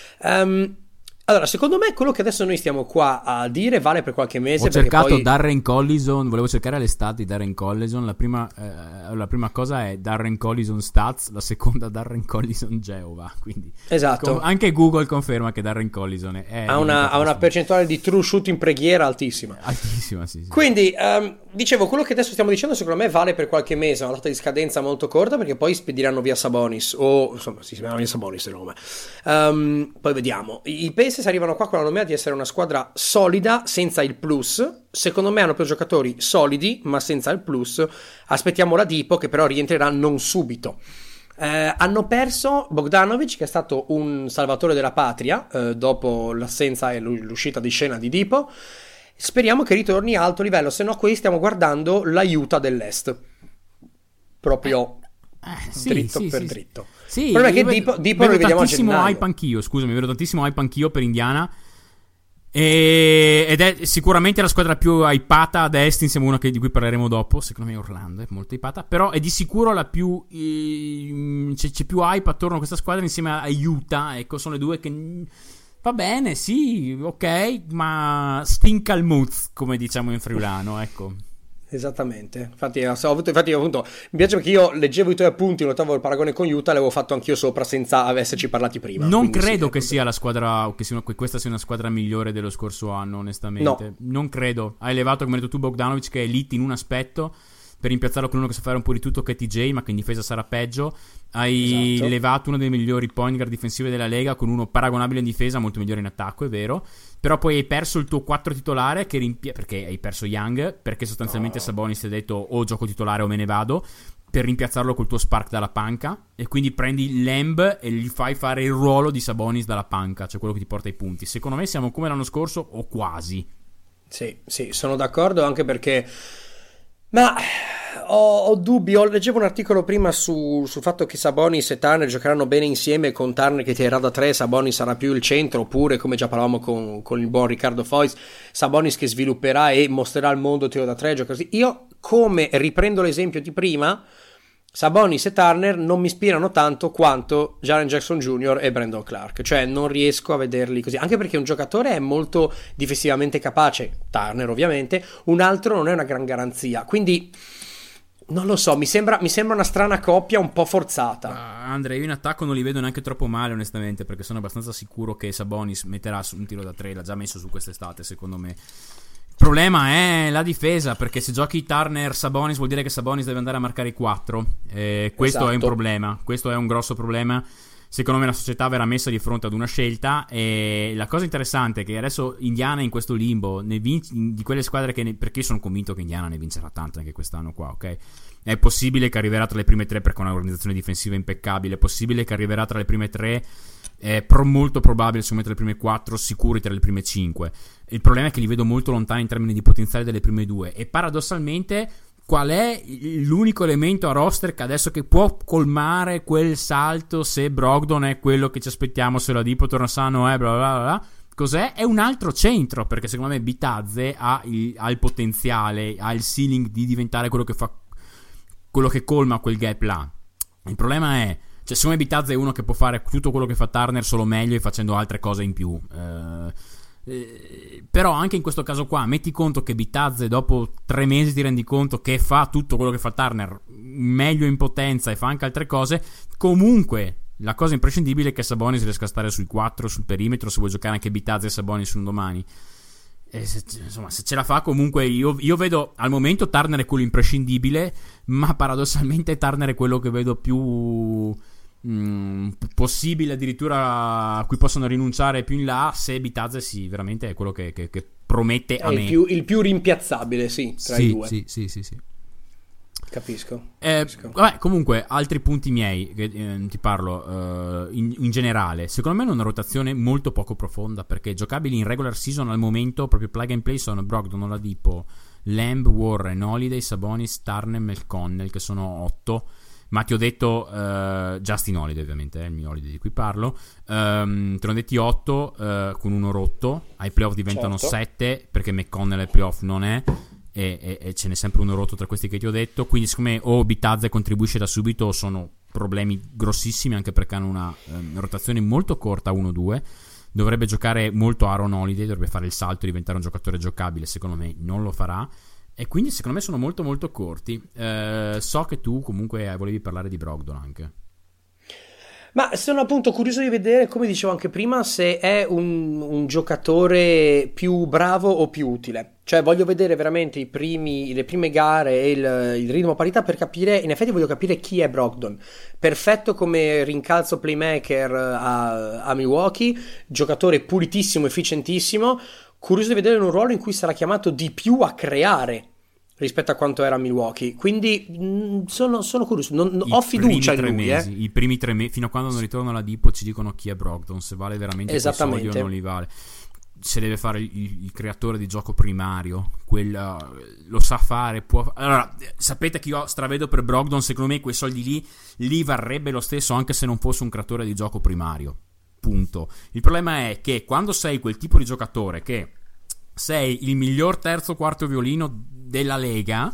um, Allora, secondo me quello che adesso noi stiamo qua a dire vale per qualche mese. Ho cercato poi... Darren Collison, volevo cercare le stat di Darren Collison. La prima, eh, la prima cosa è Darren Collison stats, la seconda Darren Collison Geova. Quindi Esatto. com- anche Google conferma che Darren Collison è ha una, ha una percentuale di true shoot in preghiera altissima. altissima, sì, sì. Quindi, um, dicevo, quello che adesso stiamo dicendo secondo me vale per qualche mese, una data di scadenza molto corta, perché poi spediranno via Sabonis, o insomma si spediranno via Sabonis secondo me. Um, poi vediamo. I Pacers arrivano qua con la nomea di essere una squadra solida senza il plus. Secondo me hanno più giocatori solidi ma senza il plus. Aspettiamo la Dipo, che però rientrerà non subito. Eh, hanno perso Bogdanovic, che è stato un salvatore della patria eh, dopo l'assenza e l'uscita di scena di Dipo. Speriamo che ritorni a alto livello, se no qui stiamo guardando l'aiuta dell'Est proprio Eh, sì, dritto sì, per sì, dritto. Sì, Il problema è che io Dipo, vedo, Dipo vedo lo rivediamo a tantissimo gennaio. hype anch'io, scusami, vedo tantissimo hype anch'io per Indiana. E, ed è sicuramente la squadra più hypata ad est, insieme a una che, di cui parleremo dopo. Secondo me Orlando è molto hypata, però è di sicuro la più eh, c'è, c'è più hype attorno a questa squadra insieme a Utah. Ecco, sono le due che va bene, sì, ok, ma stinca il muz, come diciamo in friulano, ecco. Esattamente, infatti, ho avuto, infatti appunto, mi piace perché io leggevo i tuoi appunti, notavo il paragone con Utah, l'avevo fatto anch'io sopra senza esserci parlati prima. Non credo sì, che sia la squadra, che, sia una, che questa sia una squadra migliore dello scorso anno, onestamente. No. Non credo. Hai elevato, come hai detto tu, Bogdanovic, che è elite in un aspetto, per rimpiazzarlo con uno che sa fare un po' di tutto, che è T J, ma che in difesa sarà peggio. Hai Esatto. levato uno dei migliori point guard difensive della Lega, con uno paragonabile in difesa, molto migliore in attacco, è vero. Però poi hai perso il tuo quattro titolare, che rimpia- perché hai perso Young, perché sostanzialmente Oh. Sabonis ti ha detto o gioco titolare o me ne vado, per rimpiazzarlo col tuo spark dalla panca, e quindi prendi Lamb e gli fai fare il ruolo di Sabonis dalla panca, cioè quello che ti porta ai punti. Secondo me siamo come l'anno scorso, o quasi. Sì, sì, sono d'accordo, anche perché ma ho, ho dubbi. Ho, leggevo un articolo prima su, sul fatto che Sabonis e Turner giocheranno bene insieme, con Turner che tirerà da tre, Sabonis sarà più il centro, oppure come già parlavamo con, con il buon Riccardo Foyce, Sabonis che svilupperà e mostrerà al mondo tiro da tre, gioca così. Io, come riprendo l'esempio di prima, Sabonis e Turner non mi ispirano tanto quanto Jaren Jackson Junior e Brandon Clark, cioè non riesco a vederli così, anche perché un giocatore è molto difensivamente capace, Turner ovviamente, un altro non è una gran garanzia, quindi non lo so, mi sembra, mi sembra una strana coppia un po' forzata. uh, Andrea, io in attacco non li vedo neanche troppo male onestamente, perché sono abbastanza sicuro che Sabonis metterà su un tiro da tre, l'ha già messo su quest'estate secondo me. Il problema è la difesa, perché se giochi Turner Sabonis vuol dire che Sabonis deve andare a marcare i quattro, eh, questo esatto. È un problema, questo è un grosso problema. Secondo me la società verrà messa di fronte ad una scelta, e la cosa interessante è che adesso Indiana è in questo limbo ne vince, di quelle squadre che ne, perché io sono convinto che Indiana ne vincerà tanto anche quest'anno qua, ok? È possibile che arriverà tra le prime tre perché ha un'organizzazione difensiva impeccabile, è possibile che arriverà tra le prime tre, è pro molto probabile secondo me tra le prime quattro, sicuri tra le prime cinque. Il problema è che li vedo molto lontani in termini di potenziale delle prime due, e paradossalmente qual è l'unico elemento a roster che adesso che può colmare quel salto, se Brogdon è quello che ci aspettiamo, se la Dipo torna sano, eh, bla bla bla bla, cos'è? È un altro centro, perché secondo me Bitadze ha il, ha il potenziale, ha il ceiling di diventare quello che fa, quello che colma quel gap là. Il problema è, cioè secondo me Bitadze è uno che può fare tutto quello che fa Turner, solo meglio e facendo altre cose in più. Eh, eh, però anche in questo caso qua metti conto che Bitadze dopo tre mesi ti rendi conto che fa tutto quello che fa Turner meglio in potenza e fa anche altre cose. Comunque la cosa imprescindibile è che Sabonis riesca a stare sui quattro sul perimetro, se vuoi giocare anche Bitadze e Sabonis un domani. E se, insomma, se ce la fa, comunque io, io vedo al momento Turner è quello imprescindibile, ma paradossalmente Turner è quello che vedo più mh, possibile, addirittura a cui possono rinunciare più in là, se Bitadze sì, veramente è quello che, che, che promette è a il me più, il più rimpiazzabile, sì, tra sì, i due. Sì, sì, sì, sì. Capisco, eh, capisco. Vabbè, comunque altri punti miei che eh, ti parlo eh, in, in generale. Secondo me è una rotazione molto poco profonda, perché giocabili in regular season al momento proprio plug and play sono Brogdon, Oladipo, Lamb, Warren, Holiday, Sabonis, Turner, McConnell, che sono otto. Ma ti ho detto uh, Justin Holiday, ovviamente è il mio Holiday di cui parlo. Um, te ne ho detti otto uh, con uno rotto. Ai playoff diventano certo. sette, perché McConnell ai playoff non è, e, e, e ce n'è sempre uno rotto tra questi che ti ho detto. Quindi secondo me o Bitadze contribuisce da subito o sono problemi grossissimi, anche perché hanno una um, rotazione molto corta, uno due. Dovrebbe giocare molto Aaron Holiday, dovrebbe fare il salto e diventare un giocatore giocabile. Secondo me non lo farà, e quindi secondo me sono molto molto corti. eh, So che tu comunque volevi parlare di Brogdon anche. Ma sono appunto curioso di vedere, come dicevo anche prima, se è un, un giocatore più bravo o più utile. Cioè voglio vedere veramente i primi, le prime gare e il, il ritmo a parità per capire, in effetti voglio capire chi è Brogdon. Perfetto come rincalzo playmaker a, a Milwaukee, giocatore pulitissimo, efficientissimo, curioso di vedere in un ruolo in cui sarà chiamato di più a creare rispetto a quanto era Milwaukee, quindi mh, sono, sono curioso, non, non, ho fiducia in lui mesi, eh. I primi tre mesi, fino a quando non ritorno alla Dipo, ci dicono chi è Brogdon, se vale veramente quei soldi o non li vale, se deve fare il, il creatore di gioco primario, quel, uh, lo sa fare, può. Allora, sapete che io stravedo per Brogdon, secondo me quei soldi lì li varrebbe lo stesso anche se non fosse un creatore di gioco primario, punto. Il problema è che quando sei quel tipo di giocatore che sei il miglior terzo quarto violino della lega,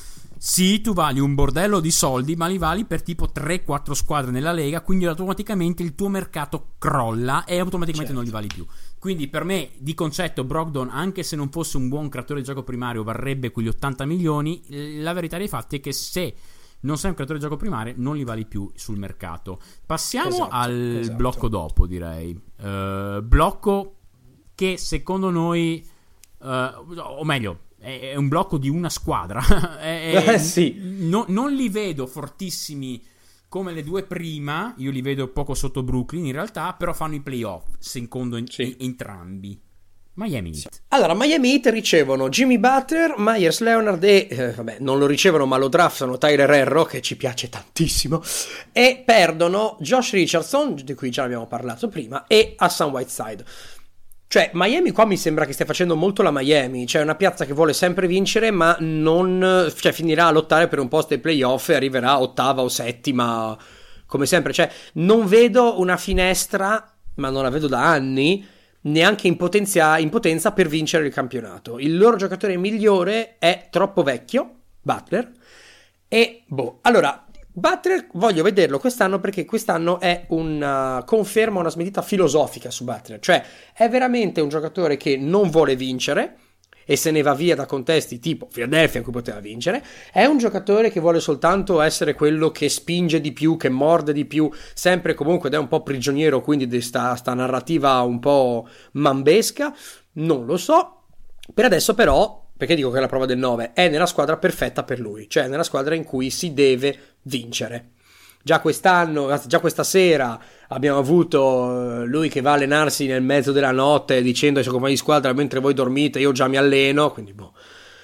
sì, tu vali un bordello di soldi, ma li vali per tipo tre quattro squadre nella lega, quindi automaticamente il tuo mercato crolla e automaticamente certo. non li vali più. Quindi per me di concetto Brogdon, anche se non fosse un buon creatore di gioco primario, varrebbe quegli ottanta milioni. La verità dei fatti è che se non sei un creatore di gioco primario non li vali più sul mercato. Passiamo esatto, al esatto. blocco dopo, direi uh, blocco che secondo noi uh, o meglio è un blocco di una squadra. è, è, eh, sì. no, non li vedo fortissimi come le due prima, io li vedo poco sotto Brooklyn in realtà, però fanno i playoff secondo in, sì. entrambi. Miami Heat. Sì. Allora, Miami Heat ricevono Jimmy Butler, Myers Leonard e eh, vabbè, non lo ricevono ma lo draftano Tyler Herro, che ci piace tantissimo, e perdono Josh Richardson, di cui già abbiamo parlato prima, e Hassan Whiteside. Cioè, Miami qua mi sembra che stia facendo molto la Miami, cioè una piazza che vuole sempre vincere, ma non, cioè finirà a lottare per un posto ai playoff e arriverà ottava o settima, come sempre. Cioè, non vedo una finestra, ma non la vedo da anni, neanche in, potenzia, in potenza per vincere il campionato. Il loro giocatore migliore è troppo vecchio, Butler, e boh. Allora, Butler voglio vederlo quest'anno perché quest'anno è una conferma, una smentita filosofica su Butler, cioè è veramente un giocatore che non vuole vincere e se ne va via da contesti tipo Philadelphia in cui poteva vincere. È un giocatore che vuole soltanto essere quello che spinge di più, che morde di più, sempre comunque, ed è un po' prigioniero quindi di sta, sta narrativa un po' mambesca. Non lo so per adesso, però, perché dico che è la prova del nove, è nella squadra perfetta per lui, cioè nella squadra in cui si deve vincere. Già quest'anno, già questa sera abbiamo avuto lui che va a allenarsi nel mezzo della notte dicendo ai suoi compagni di squadra mentre voi dormite io già mi alleno, quindi boh,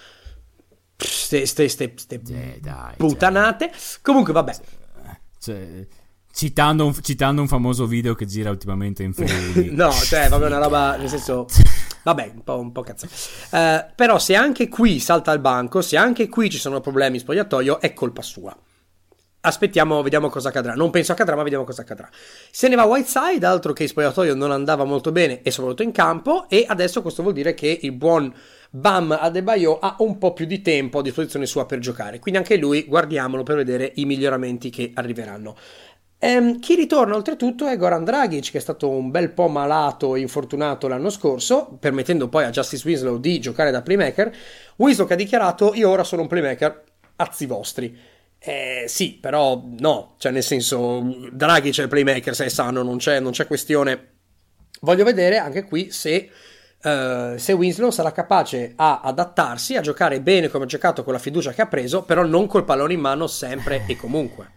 ste, ste, ste, ste eh, dai, puttanate, cioè. Comunque vabbè, cioè, citando, un, citando un famoso video che gira ultimamente in Facebook. No, cioè proprio una roba, nel senso, vabbè, un po', un po' cazzo. Uh, però se anche qui salta al banco, se anche qui ci sono problemi in spogliatoio, è colpa sua. Aspettiamo, vediamo cosa accadrà. Non penso accadrà, ma vediamo cosa accadrà. Se ne va Whiteside, altro che in spogliatoio non andava molto bene e soprattutto in campo, e adesso questo vuol dire che il buon Bam Adebayo ha un po' più di tempo a disposizione sua per giocare, quindi anche lui guardiamolo per vedere i miglioramenti che arriveranno. Ehm, chi ritorna oltretutto è Goran Dragic, che è stato un bel po' malato e infortunato l'anno scorso, permettendo poi a Justice Winslow di giocare da playmaker. Winslow che ha dichiarato: io ora sono un playmaker, azzi vostri. Eh, sì, però no, cioè nel senso, Dragic è il playmaker, se è sano, non c'è, non c'è questione. Voglio vedere anche qui se Uh, se Winslow sarà capace a adattarsi, a giocare bene come ha giocato, con la fiducia che ha preso, però non col pallone in mano sempre e comunque.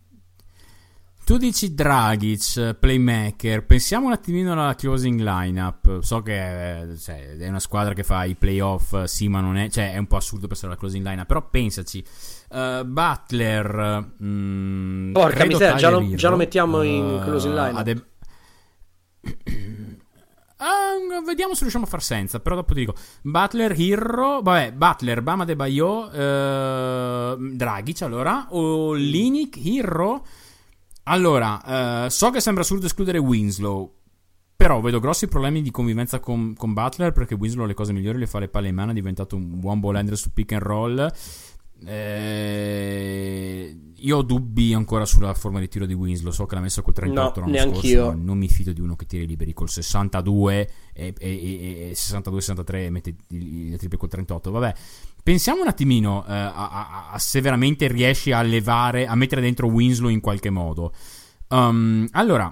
Tu dici Dragic, playmaker, pensiamo un attimino alla closing lineup. So che è, cioè, è una squadra che fa i playoff, sì, ma non è, cioè è un po' assurdo pensare alla closing lineup, però pensaci. Uh, Butler, mh, porca miseria, già, lo, Hero, già lo mettiamo in uh, closing lineup. Ade- Uh, vediamo se riusciamo a far senza. Però dopo ti dico Butler, Hero, vabbè, Butler, Bam Adebayo, uh, Dragic, allora Olynyk, Hero. Allora, uh, so che sembra assurdo escludere Winslow, però vedo grossi problemi di convivenza con, con Butler, perché Winslow le cose migliori le fa le palle in mano, è diventato un buon ball handler su pick and roll. Eh, io ho dubbi ancora sulla forma di tiro di Winslow. So che l'ha messo col trentotto no, l'anno scorso, ma non mi fido di uno che tiri liberi col sessantadue e, e, e, e sessantadue sessantatré e mette il triple col trentotto. Vabbè, pensiamo un attimino eh, a, a, a se veramente riesci a levare, a mettere dentro Winslow in qualche modo. Um, allora,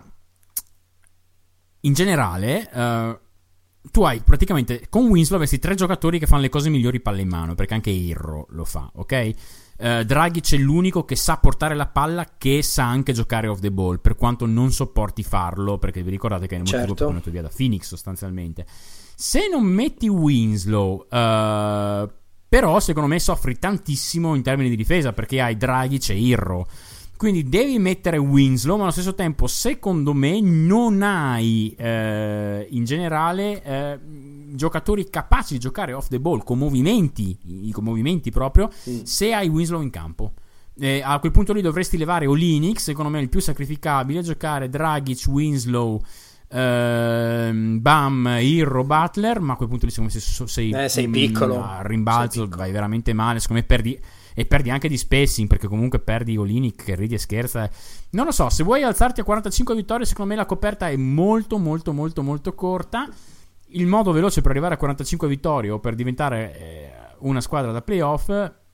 in generale uh, tu hai praticamente con Winslow avresti tre giocatori che fanno le cose migliori palle in mano, perché anche Hero lo fa, ok? Uh, Dragic è l'unico che sa portare la palla, che sa anche giocare off the ball, per quanto non sopporti farlo, perché vi ricordate che è il motivo certo. per cui è andato via da Phoenix sostanzialmente. Se non metti Winslow, uh, però secondo me soffri tantissimo in termini di difesa, perché hai Dragic e Hero. Quindi devi mettere Winslow, ma allo stesso tempo secondo me non hai eh, in generale eh, giocatori capaci di giocare off the ball con movimenti, con movimenti proprio, mm. se hai Winslow in campo. Eh, a quel punto lì dovresti levare Olynyk, secondo me è il più sacrificabile, giocare Dragic, Winslow, eh, Bam, Hero, Butler, ma a quel punto lì secondo me sei, sei, eh, sei piccolo, a rimbalzo, sei piccolo. Vai veramente male, secondo me perdi. E perdi anche di spacing, perché comunque perdi Olynyk che ridi e scherza. Non lo so, se vuoi alzarti a quarantacinque vittorie, secondo me la coperta è molto molto molto molto corta. Il modo veloce per arrivare a quarantacinque vittorie o per diventare eh, una squadra da playoff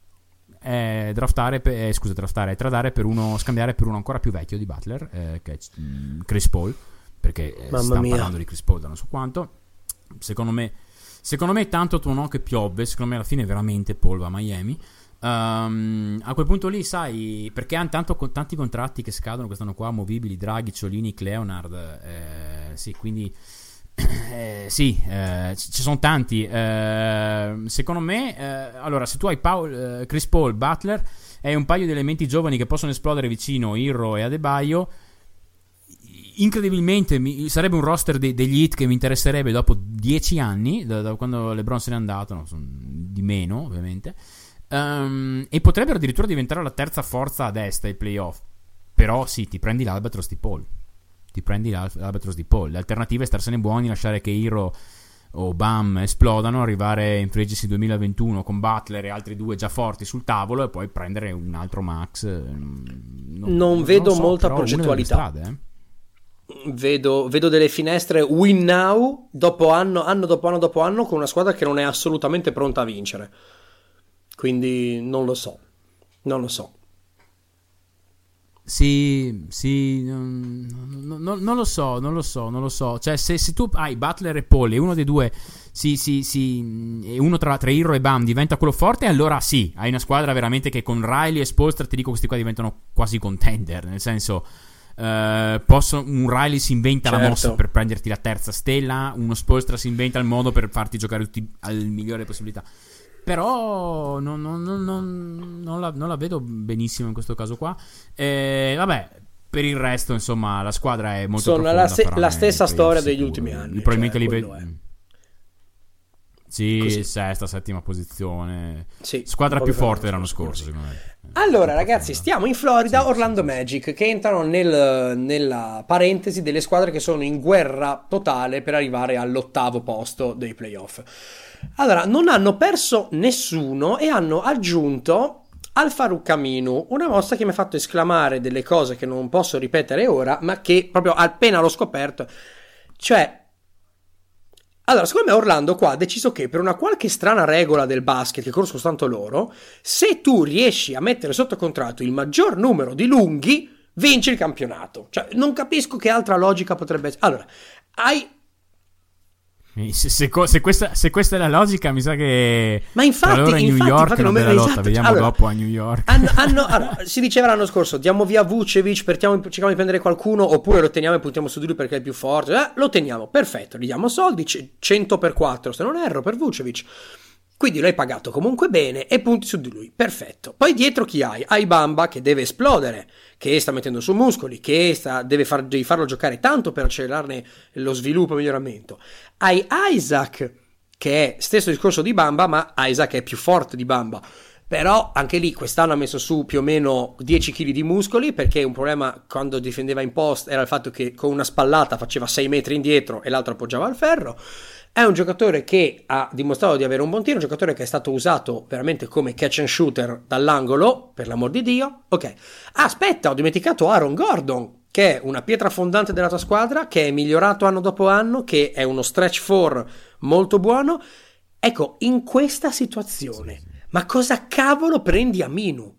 è draftare, per, eh, scusa, draftare, è tradare per uno, scambiare per uno ancora più vecchio di Butler, eh, che è mm, Chris Paul, perché eh, stiamo mia. parlando di Chris Paul da non so quanto. Secondo me, secondo me tanto tu no che piove, secondo me alla fine veramente Paul va a Miami. Um, a quel punto lì sai, perché hanno tanto, tanti contratti che scadono quest'anno qua, movibili, Dragic, Olynyk, Leonard, eh, sì, quindi eh, sì, eh, ci sono tanti. Eh, secondo me, eh, allora, se tu hai Paul, eh, Chris Paul, Butler e un paio di elementi giovani che possono esplodere vicino, Hero e Adebayo, incredibilmente mi, sarebbe un roster de, degli hit che mi interesserebbe dopo dieci anni, da, da quando LeBron se n'è andato, no, di meno ovviamente. Um, e potrebbero addirittura diventare la terza forza ad est ai playoff. Però sì, ti prendi l'Albatros di Paul. Ti prendi l'Albatros di Paul. L'alternativa è starsene buoni, lasciare che Hero o Bam esplodano, arrivare in Free Agency duemilaventuno con Butler e altri due già forti sul tavolo e poi prendere un altro max. Non, non, non vedo so, molta però progettualità. Strade, eh. Vedo, vedo delle finestre win now dopo anno, anno dopo anno dopo anno, con una squadra che non è assolutamente pronta a vincere. Quindi non lo so, non lo so. Sì, sì, non, non, non lo so, non lo so, non lo so. Cioè, se, se tu hai Butler e Paul e uno dei due, sì, sì, sì, e uno tra, tra Hero e Bam diventa quello forte, allora sì, hai una squadra veramente che con Riley e Spoelstra, ti dico, questi qua diventano quasi contender, nel senso... Uh, posso, un Riley si inventa certo. la mossa per prenderti la terza stella, uno Spoelstra si inventa il modo per farti giocare tutti al migliore possibilità. Però non, non, non, non, non, la, non la vedo benissimo in questo caso qua. Eh, vabbè, per il resto, insomma, la squadra è molto Sono la, se- la stessa storia degli sicuro. ultimi anni. Probabilmente cioè, li vedo. Sì, Così. sesta, settima posizione. Sì, squadra più forte dell'anno scorso, secondo me. Allora, ragazzi, stiamo in Florida, sì, Orlando sì, Magic, che entrano nel, nella parentesi delle squadre che sono in guerra totale per arrivare all'ottavo posto dei playoff. Allora, non hanno perso nessuno e hanno aggiunto Al-Farouq Aminu, una mossa che mi ha fatto esclamare delle cose che non posso ripetere ora, ma che proprio appena l'ho scoperto, cioè... Allora, secondo me Orlando qua ha deciso che per una qualche strana regola del basket che conosco tanto loro, se tu riesci a mettere sotto contratto il maggior numero di lunghi, vinci il campionato. Cioè, non capisco che altra logica potrebbe essere. Allora, hai... Se, se, se, questa, se questa è la logica, mi sa che ma infatti, allora infatti, New York infatti, non non è la lotta, esatto, vediamo allora, dopo a New York. Hanno, hanno, allora, si diceva l'anno scorso, diamo via Vucevic, cerchiamo, cerchiamo di prendere qualcuno, oppure lo teniamo e puntiamo su di lui perché è il più forte. Eh, lo teniamo, perfetto, gli diamo soldi, cento per quattro se non erro, per Vucevic. Quindi l'hai pagato comunque bene e punti su di lui, perfetto. Poi dietro chi hai? Hai Bamba che deve esplodere, che sta mettendo su muscoli, che sta, deve far, devi farlo giocare tanto per accelerarne lo sviluppo e miglioramento. Hai Isaac, che è stesso discorso di Bamba, ma Isaac è più forte di Bamba. Però anche lì quest'anno ha messo su più o meno dieci chili di muscoli, perché un problema quando difendeva in post era il fatto che con una spallata faceva sei metri indietro e l'altro appoggiava al ferro. È un giocatore che ha dimostrato di avere un buon tiro, un giocatore che è stato usato veramente come catch and shooter dall'angolo, per l'amor di Dio. Ok, aspetta, ho dimenticato Aaron Gordon, che è una pietra fondante della tua squadra, che è migliorato anno dopo anno, che è uno stretch four molto buono. Ecco, in questa situazione, ma cosa cavolo prendi Aminu?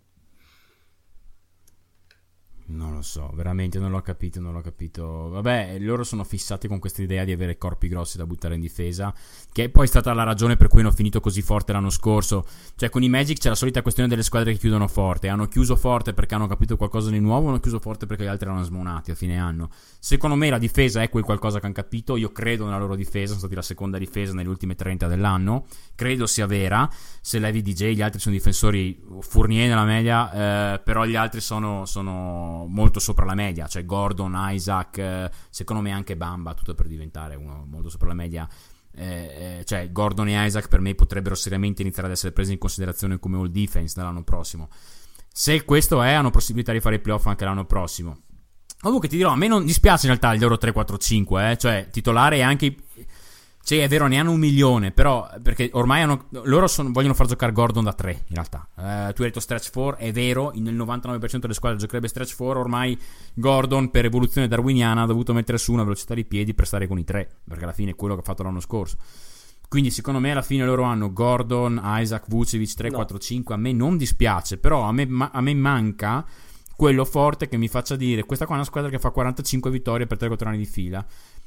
Non lo so, veramente non l'ho capito, non l'ho capito. Vabbè, loro sono fissati con questa idea di avere corpi grossi da buttare in difesa, che è poi stata la ragione per cui hanno finito così forte l'anno scorso. Cioè, con i Magic c'è la solita questione delle squadre che chiudono forte. Hanno chiuso forte perché hanno capito qualcosa di nuovo, hanno chiuso forte perché gli altri erano smonati a fine anno. Secondo me la difesa è quel qualcosa che hanno capito. Io credo nella loro difesa, sono stati la seconda difesa nelle ultime trenta dell'anno. Credo sia vera. Se levi D J, gli altri sono difensori Fournier nella media, eh, però gli altri sono... sono molto sopra la media, cioè Gordon, Isaac, eh, secondo me anche Bamba, tutto per diventare uno molto sopra la media. Eh, eh, cioè Gordon e Isaac per me potrebbero seriamente iniziare ad essere presi in considerazione come all defense dall'anno prossimo. Se questo è, hanno possibilità di fare i playoff anche l'anno prossimo. Comunque ti dirò, a me non dispiace in realtà il loro tre quattro cinque, eh, cioè titolare e anche... Cioè è vero, ne hanno un milione, però perché ormai hanno, loro sono, vogliono far giocare Gordon da tre in realtà. Uh, tu hai detto stretch four, è vero, nel novantanove per cento delle squadre giocherebbe stretch four. Ormai Gordon per evoluzione darwiniana ha dovuto mettere su una velocità di piedi per stare con i tre, perché alla fine è quello che ha fatto l'anno scorso. Quindi secondo me alla fine loro hanno Gordon, Isaac, Vucevic tre quattro cinque. A me non dispiace, però a me, ma, a me manca quello forte che mi faccia dire questa qua è una squadra che fa quarantacinque vittorie per tre quattro anni di fila.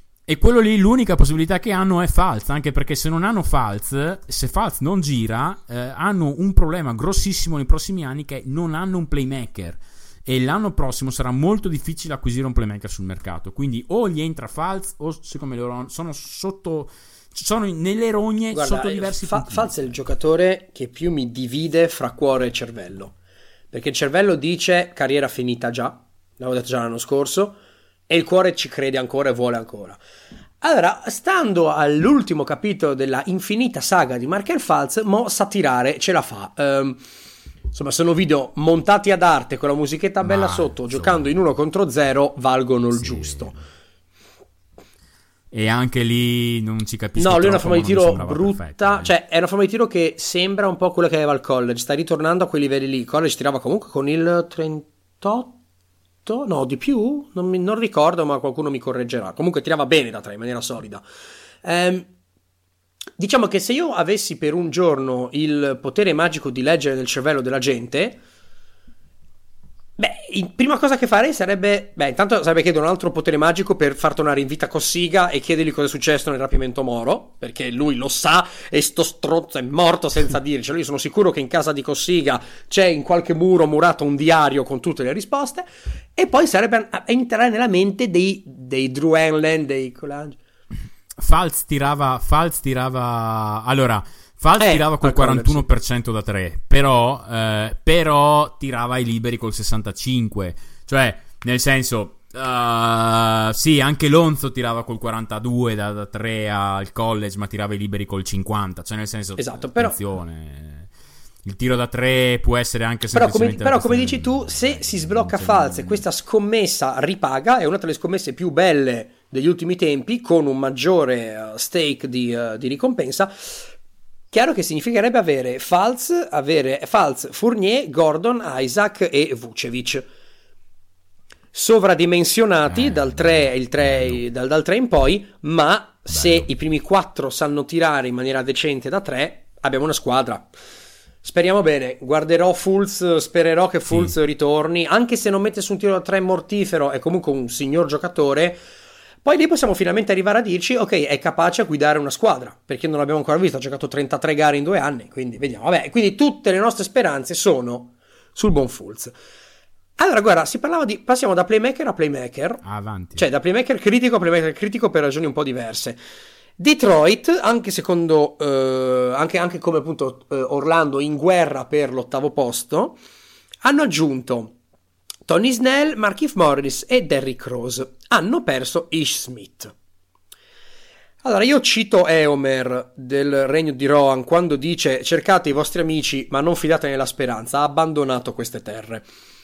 E quello lì l'unica possibilità che hanno è Fultz, anche perché se non hanno Fultz, se Fultz non gira, eh, hanno un problema grossissimo nei prossimi anni, che non hanno un playmaker, e l'anno prossimo sarà molto difficile acquisire un playmaker sul mercato. Quindi o gli entra Fultz o siccome loro sono sotto, sono nelle rogne. Guarda, sotto diversi fa- punti. Fultz è il giocatore che più mi divide fra cuore e cervello, perché il cervello dice carriera finita già, l'avevo detto già l'anno scorso, e il cuore ci crede ancora e vuole ancora. Allora, stando all'ultimo capitolo della infinita saga di Markelle Fultz, mo sa tirare, ce la fa. Um, insomma, sono video montati ad arte con la musichetta bella Ma, sotto, insomma, giocando in uno contro zero, valgono il sì. giusto. e anche lì non ci capisco. No, lui è una troppo, forma di ma non mi tiro sembrava brutta, perfetta, eh. cioè è una forma di tiro che sembra un po' quella che aveva al college, sta ritornando a quei livelli lì. Il college tirava comunque con il trentotto, no, di più, non, mi, non ricordo, ma qualcuno mi correggerà. Comunque tirava bene da tre, in maniera solida. Ehm, diciamo che se io avessi per un giorno il potere magico di leggere nel cervello della gente, beh, la prima cosa che farei sarebbe, beh, intanto sarebbe chiedere un altro potere magico per far tornare in vita Cossiga e chiedergli cosa è successo nel rapimento Moro, perché lui lo sa e sto stronzo è morto senza dircelo. Io sono sicuro che in casa di Cossiga c'è in qualche muro murato un diario con tutte le risposte. E poi sarebbe entrare nella mente dei, dei Drew Hanlen, dei Colangelo. Falz tirava, Falz tirava, allora, Falz eh, tirava col quarantuno per cento da tre, però, eh, però tirava i liberi col sessantacinque, cioè, nel senso, uh, sì, anche Lonzo tirava col quarantadue da, da tre al college, ma tirava i liberi col cinquanta, cioè nel senso, esatto, però, attenzione, il tiro da tre può essere anche però come, semplicemente... Però come dici tu, se si sblocca Falz e questa scommessa ripaga, è una delle scommesse più belle degli ultimi tempi, con un maggiore uh, stake di, uh, di ricompensa. Chiaro che significherebbe avere Falz, avere Falz, Fournier, Gordon, Isaac e Vucevic sovradimensionati eh, dal tre, il tre, dal, dal tre in poi, ma bello. Se i primi quattro sanno tirare in maniera decente da tre, abbiamo una squadra. Speriamo bene, guarderò Fultz, spererò che Fultz sì. ritorni, anche se non mette su un tiro da tre mortifero, è comunque un signor giocatore. Poi lì possiamo finalmente arrivare a dirci, ok, è capace a guidare una squadra, perché non l'abbiamo ancora visto, ha giocato trentatré gare in due anni, quindi vediamo. Vabbè, quindi tutte le nostre speranze sono sul buon Fultz. Allora, guarda, si parlava di, passiamo da playmaker a playmaker, avanti. Cioè da playmaker critico a playmaker critico per ragioni un po' diverse. Detroit, anche secondo, eh, anche, anche come appunto eh, Orlando in guerra per l'ottavo posto, hanno aggiunto Tony Snell, Markieff Morris e Derrick Rose. Hanno perso Ish Smith. Allora io cito Eomer del Regno di Rohan quando dice cercate i vostri amici ma non fidate nella speranza, ha abbandonato queste terre.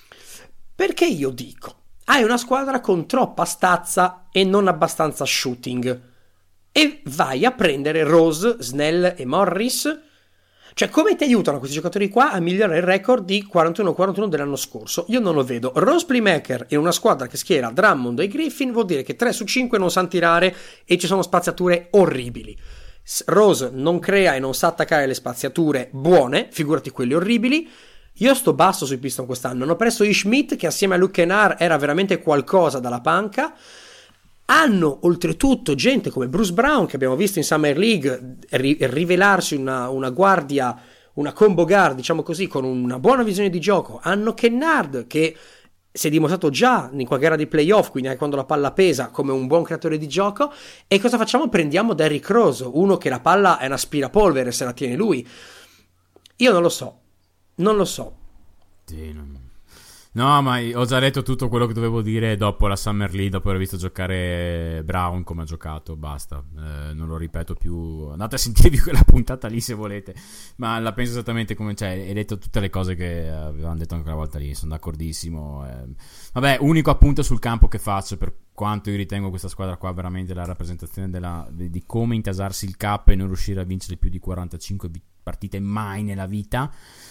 Perché io dico, hai una squadra con troppa stazza e non abbastanza shooting e vai a prendere Rose, Snell e Morris. Cioè, come ti aiutano questi giocatori qua a migliorare il record di quarantuno quarantuno dell'anno scorso? Io non lo vedo. Rose playmaker in una squadra che schiera Drummond e Griffin vuol dire che tre su cinque non sanno tirare e ci sono spaziature orribili. Rose non crea e non sa attaccare le spaziature buone, figurati quelle orribili. Io sto basso sui Piston quest'anno. Hanno preso Ish Smith, che assieme a Luke Kennard era veramente qualcosa dalla panca. Hanno oltretutto gente come Bruce Brown, che abbiamo visto in Summer League ri- rivelarsi una, una guardia, una combo guard, diciamo così, con una buona visione di gioco. Hanno Kennard, che si è dimostrato già in qualche gara di playoff, quindi anche quando la palla pesa, come un buon creatore di gioco. E cosa facciamo? Prendiamo Derrick Rose, uno che la palla è un aspirapolvere se la tiene lui. Io non lo so, non lo so. Sì, non... No, ma ho già detto tutto quello che dovevo dire dopo la Summer League, dopo aver visto giocare Brown come ha giocato, basta, eh, non lo ripeto più, andate a sentirvi quella puntata lì se volete, ma la penso esattamente come, cioè, hai detto tutte le cose che avevamo detto anche una volta lì, sono d'accordissimo. Eh. Vabbè, unico appunto sul campo che faccio, per quanto io ritengo questa squadra qua veramente la rappresentazione della, di, di come intasarsi il cap e non riuscire a vincere più di quarantacinque partite mai nella vita.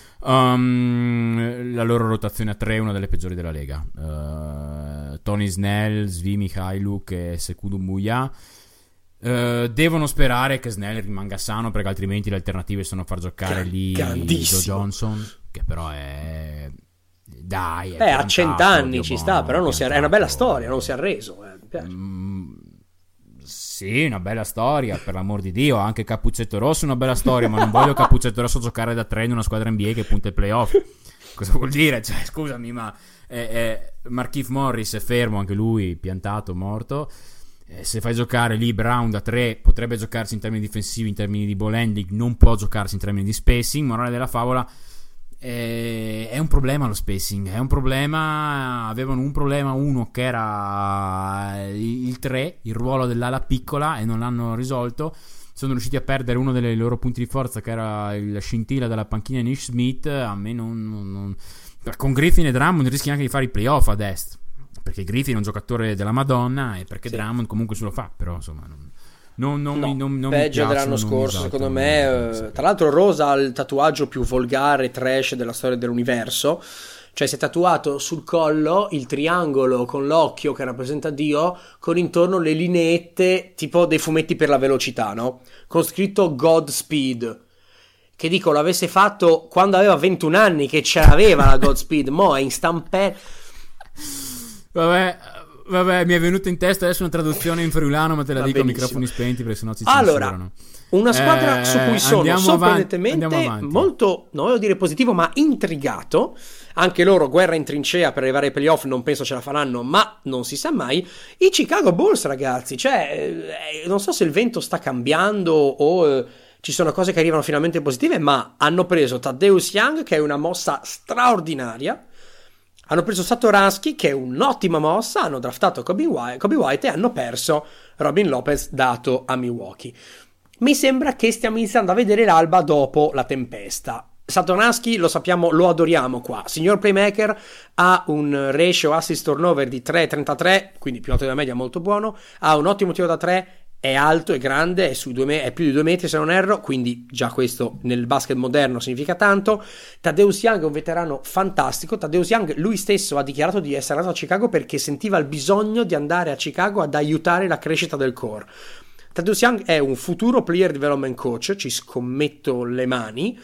Um, la loro rotazione a tre è una delle peggiori della Lega. uh, Tony Snell, Zvi Mikhailuk e Sekou Doumbouya. uh, devono sperare che Snell rimanga sano, perché altrimenti le alternative sono far giocare lì Joe Johnson, che però è dai è eh, a cent'anni ci sta, però non si è una bella storia, non si è arreso, eh, mi piace. Mm, sì, una bella storia, per l'amor di Dio. Anche Cappuccetto Rosso è una bella storia, ma non voglio Cappuccetto Rosso giocare da tre in una squadra N B A che punta ai playoff. Cosa vuol dire? Cioè, scusami, ma eh, eh, Markieff Morris è fermo, anche lui piantato, morto. Eh, se fai giocare lì Brown da tre, potrebbe giocarsi in termini difensivi, in termini di ball handling, non può giocarsi in termini di spacing. Morale della favola, eh, è un problema lo spacing, è un problema. Avevano un problema, uno che era il tre, il ruolo dell'ala piccola, e non l'hanno risolto. Sono riusciti a perdere uno dei loro punti di forza, che era il scintilla della panchina di Ish Smith. A me non, non, non... con Griffin e Drummond rischi anche di fare i playoff ad est, perché Griffin è un giocatore della Madonna e perché sì. Drummond comunque se lo fa, però insomma non, non, non, no, mi, non, non peggio mi piacciono, dell'anno scorso mi secondo esaltano, me. Tra l'altro Rose ha il tatuaggio più volgare trash della storia dell'universo, cioè si è tatuato sul collo il triangolo con l'occhio che rappresenta Dio, con intorno le lineette tipo dei fumetti per la velocità, no? Con scritto Godspeed, che dico l'avesse fatto quando aveva ventuno anni, che ce l'aveva la Godspeed, mo è in stampelle. Vabbè, vabbè, mi è venuta in testa adesso una traduzione in friulano, ma te la Va dico a benissimo. microfoni spenti perché sennò ci Allora, censurano. una squadra Eh, su cui sono andiamo sorprendentemente avanti, andiamo avanti. molto, non voglio dire positivo, ma intrigato. Anche loro, guerra in trincea per arrivare ai playoff, non penso ce la faranno, ma non si sa mai. I Chicago Bulls, ragazzi, cioè, eh, non so se il vento sta cambiando o eh, ci sono cose che arrivano finalmente positive, ma hanno preso Tadeusz Young, che è una mossa straordinaria. Hanno preso Satoransky, che è un'ottima mossa, hanno draftato Kobe White, Kobe White e hanno perso Robin Lopez dato a Milwaukee. Mi sembra che stiamo iniziando a vedere l'alba dopo la tempesta. Satoransky lo sappiamo, lo adoriamo qua. Signor playmaker, ha un ratio assist turnover di tre virgola trentatré, quindi più alto della media, molto buono. Ha un ottimo tiro da tre, è alto, è grande, è, sui due me- è più di due metri se non erro, quindi già questo nel basket moderno significa tanto. Tadeusz Young è un veterano fantastico. Tadeusz Young lui stesso ha dichiarato di essere andato a Chicago perché sentiva il bisogno di andare a Chicago ad aiutare la crescita del core. Tadeusz Young è un futuro player development coach, ci scommetto le mani,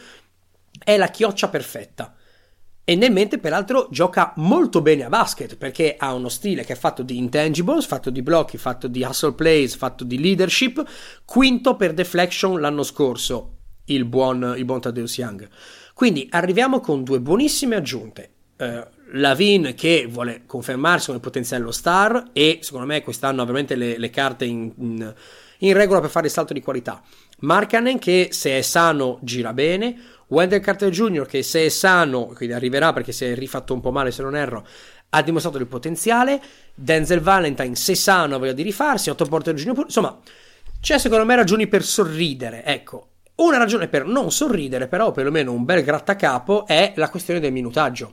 è la chioccia perfetta. E nel mente peraltro gioca molto bene a basket perché ha uno stile che è fatto di intangibles, fatto di blocchi, fatto di hustle plays, fatto di leadership, quinto per deflection l'anno scorso il buon, il buon Tadeusz Young. Quindi arriviamo con due buonissime aggiunte. Uh, Lavin che vuole confermarsi come potenziale star e secondo me quest'anno ha veramente le, le carte in, in, in regola per fare il salto di qualità. Markkanen che se è sano gira bene, Wendell Carter Junior che se è sano, quindi arriverà perché si è rifatto un po' male se non erro, ha dimostrato il potenziale. Denzel Valentine se sano voglia di rifarsi, Otto Porter Junior insomma c'è secondo me ragioni per sorridere. Ecco, una ragione per non sorridere però, perlomeno un bel grattacapo, è la questione del minutaggio.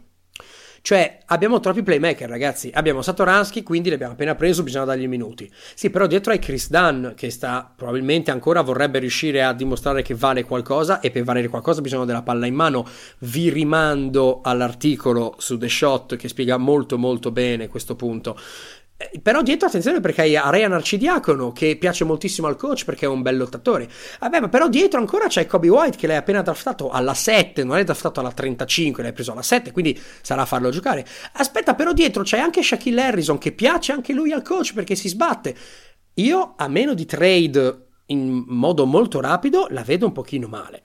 Cioè abbiamo troppi playmaker, ragazzi, abbiamo Satoransky, quindi l'abbiamo appena preso, bisogna dargli i minuti. Sì, però dietro hai Chris Dunn che sta probabilmente ancora vorrebbe riuscire a dimostrare che vale qualcosa, e per valere qualcosa bisogna della palla in mano. Vi rimando all'articolo su The Shot che spiega molto molto bene questo punto. Eh, però dietro attenzione perché hai Ryan Arcidiacono che piace moltissimo al coach perché è un bel lottatore. Vabbè, ma però dietro ancora c'è Kobe White che l'hai appena draftato alla sette, non l'hai draftato alla trentacinque, l'hai preso alla sette, quindi sarà a farlo giocare. Aspetta, però dietro c'è anche Shaquille Harrison che piace anche lui al coach perché si sbatte. Io a meno di trade in modo molto rapido la vedo un pochino male.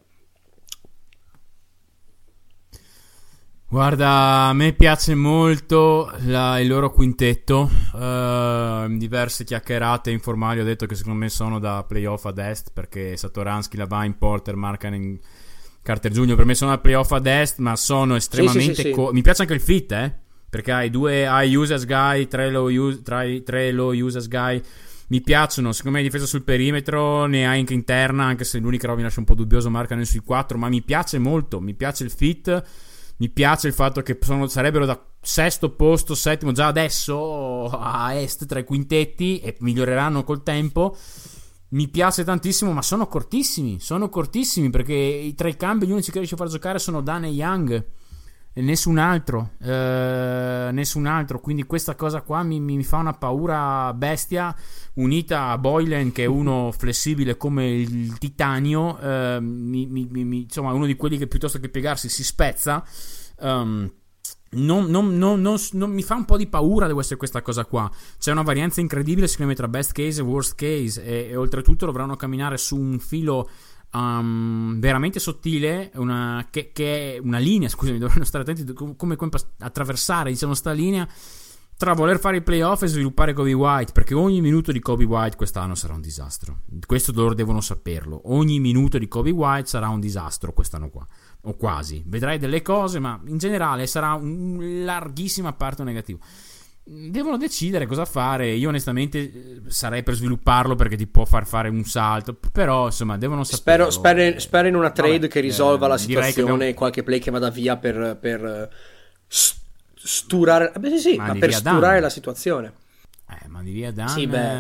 Guarda, a me piace molto la, il loro quintetto. Uh, diverse chiacchierate informali ho detto che secondo me sono da playoff ad est, perché Satoransky, Lavine, Porter, Markkanen, Carter Junior per me sono da playoff ad est, ma sono estremamente sì, sì, sì, co- sì. Mi piace anche il fit, eh, perché hai due high users guy, tre low, use, tre, tre low users guy. Mi piacciono, secondo me difesa sul perimetro, ne hai anche interna, anche se l'unica roba mi lascia un po' dubbioso Markkanen sui quattro, ma mi piace molto, mi piace il fit. Mi piace il fatto che sono, sarebbero da sesto posto, settimo già adesso a est tra i quintetti e miglioreranno col tempo. Mi piace tantissimo, ma sono cortissimi, sono cortissimi perché tra i cambi gli unici che riesce a far giocare sono Dan e Young e nessun altro, eh, nessun altro. Quindi questa cosa qua mi, mi fa una paura bestia, unita a Boylen che è uno flessibile come il titanio, eh, mi, mi, mi, insomma uno di quelli che piuttosto che piegarsi si spezza. um, non, non, non, non, non mi fa un po' di paura devo essere questa cosa qua. C'è una varianza incredibile secondo me tra best case e worst case e, e oltretutto dovranno camminare su un filo Um, veramente sottile, una, che, che è una linea, scusami, dovranno stare attenti come, come attraversare, diciamo, sta linea tra voler fare i playoff e sviluppare Kobe White, perché ogni minuto di Kobe White quest'anno sarà un disastro. Questo loro devono saperlo. Ogni minuto di Kobe White sarà un disastro quest'anno qua, o quasi. Vedrai delle cose, ma in generale sarà un larghissima parte negativo. Devono decidere cosa fare. Io onestamente sarei per svilupparlo perché ti può far fare un salto, però insomma devono Spero, saperlo. spero, spero in una trade Vabbè, che risolva eh, la direi situazione, che abbiamo... qualche play che vada via per, per sturare, beh, sì, sì, ma per sturare Dan. la situazione. Eh, mandi via Dan. Sì, beh.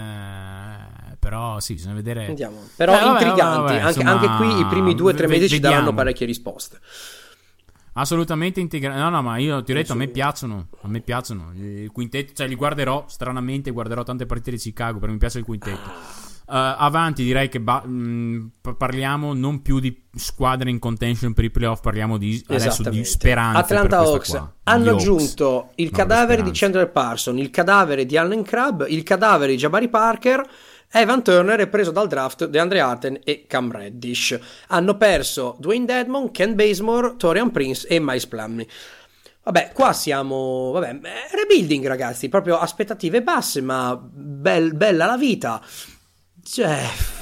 Eh, però sì, bisogna vedere. Andiamo. Però eh, intriganti, vabbè, vabbè, anche, insomma, anche qui i primi due o tre mesi ci daranno parecchie risposte. Assolutamente integrati. No, no, ma io ti ho detto, a me piacciono. A me piacciono. Il quintetto, cioè li guarderò, stranamente guarderò tante partite di Chicago, perché mi piace il quintetto. Uh, avanti, direi che ba- mh, parliamo non più di squadre in contention per i playoff, parliamo di, adesso di speranze. Atlanta per Hawks qua. hanno Hawks. aggiunto il no, cadavere di Chandler Parsons, il cadavere di Allen Crabbe, il cadavere di Jabari Parker. Evan Turner è preso dal draft DeAndre Ayton e Cam Reddish. Hanno perso Dwayne Dedmon, Ken Bazemore, Taurean Prince e Miles Plumlee. Vabbè, qua siamo, vabbè, rebuilding ragazzi, proprio aspettative basse, ma bel, bella la vita. Cioè,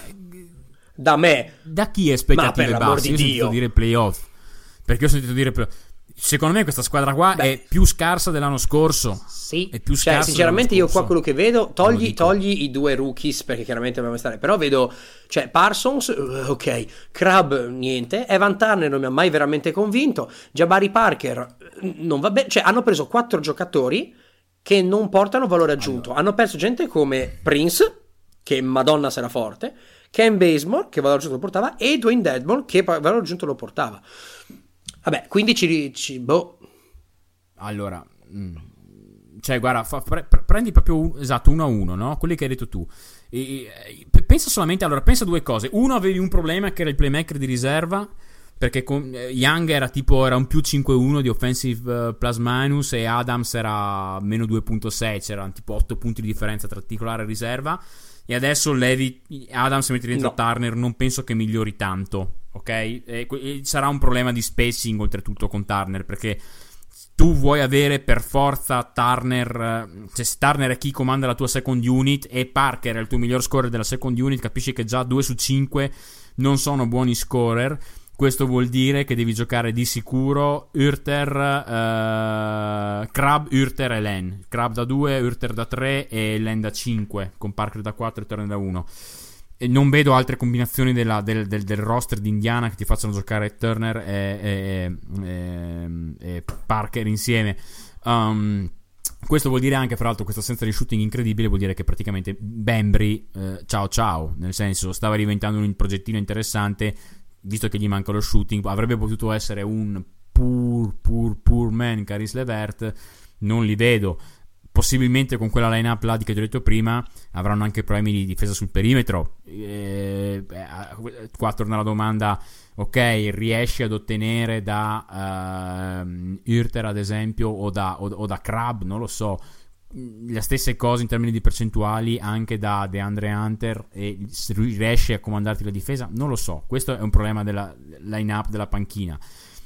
da me, da chi aspettative ma per basse? Io ho sentito dire playoff, perché ho sentito dire playoff. Secondo me questa squadra qua Beh, è più scarsa dell'anno scorso. Sì, è più cioè, scarsa sinceramente io qua quello che vedo, togli, togli i due rookies perché chiaramente dobbiamo stare, però vedo, cioè Parsons, ok, Crabbe niente, Evan Turner non mi ha mai veramente convinto, Jabari Parker non va bene, cioè hanno preso quattro giocatori che non portano valore aggiunto, allora. Hanno perso gente come Prince, che Madonna sarà forte, Ken Bazemore che valore aggiunto lo portava e Dwayne Dedmon che valore aggiunto lo portava. Vabbè, quindi ci, ci boh. Allora, mh, cioè guarda, fa, pre, pre, prendi proprio un, esatto uno a uno, no? Quelli che hai detto tu. E, e, pensa solamente, allora, pensa a due cose. Uno, avevi un problema che era il playmaker di riserva, perché con, eh, Young era tipo era un più cinque uno di offensive uh, plus minus e Adams era meno due virgola sei, c'erano tipo otto punti di differenza tra titolare e riserva. E adesso levi Adams e metti dentro no. Turner, non penso che migliori tanto, ok? E, e sarà un problema di spacing oltretutto con Turner, perché tu vuoi avere per forza Turner, cioè se Turner è chi comanda la tua second unit e Parker è il tuo miglior scorer della second unit, capisci che già due su cinque non sono buoni scorer. Questo vuol dire che devi giocare di sicuro Hurter, uh, Crabbe, Hurter e Len. Crabbe da due, Hurter da tre e Len da cinque, con Parker da quattro e Turner da uno. E non vedo altre combinazioni della, del, del, del roster di Indiana che ti facciano giocare Turner e, e, e, e Parker insieme. Um, questo vuol dire anche, fra l'altro, questa assenza di shooting incredibile vuol dire che praticamente Bembry, eh, ciao ciao, nel senso stava diventando un progettino interessante. Visto che gli manca lo shooting, avrebbe potuto essere un pur pur pur man Caris LeVert, non li vedo. Possibilmente con quella line up là di che ti ho detto prima avranno anche problemi di difesa sul perimetro. Eh, qua torna la domanda, ok, riesci ad ottenere da uh, Hurter ad esempio o da, o, o da Crabbe, non lo so, le stesse cose in termini di percentuali anche da DeAndre Hunter, e riesce a comandarti la difesa? Non lo so, questo è un problema della line-up della panchina.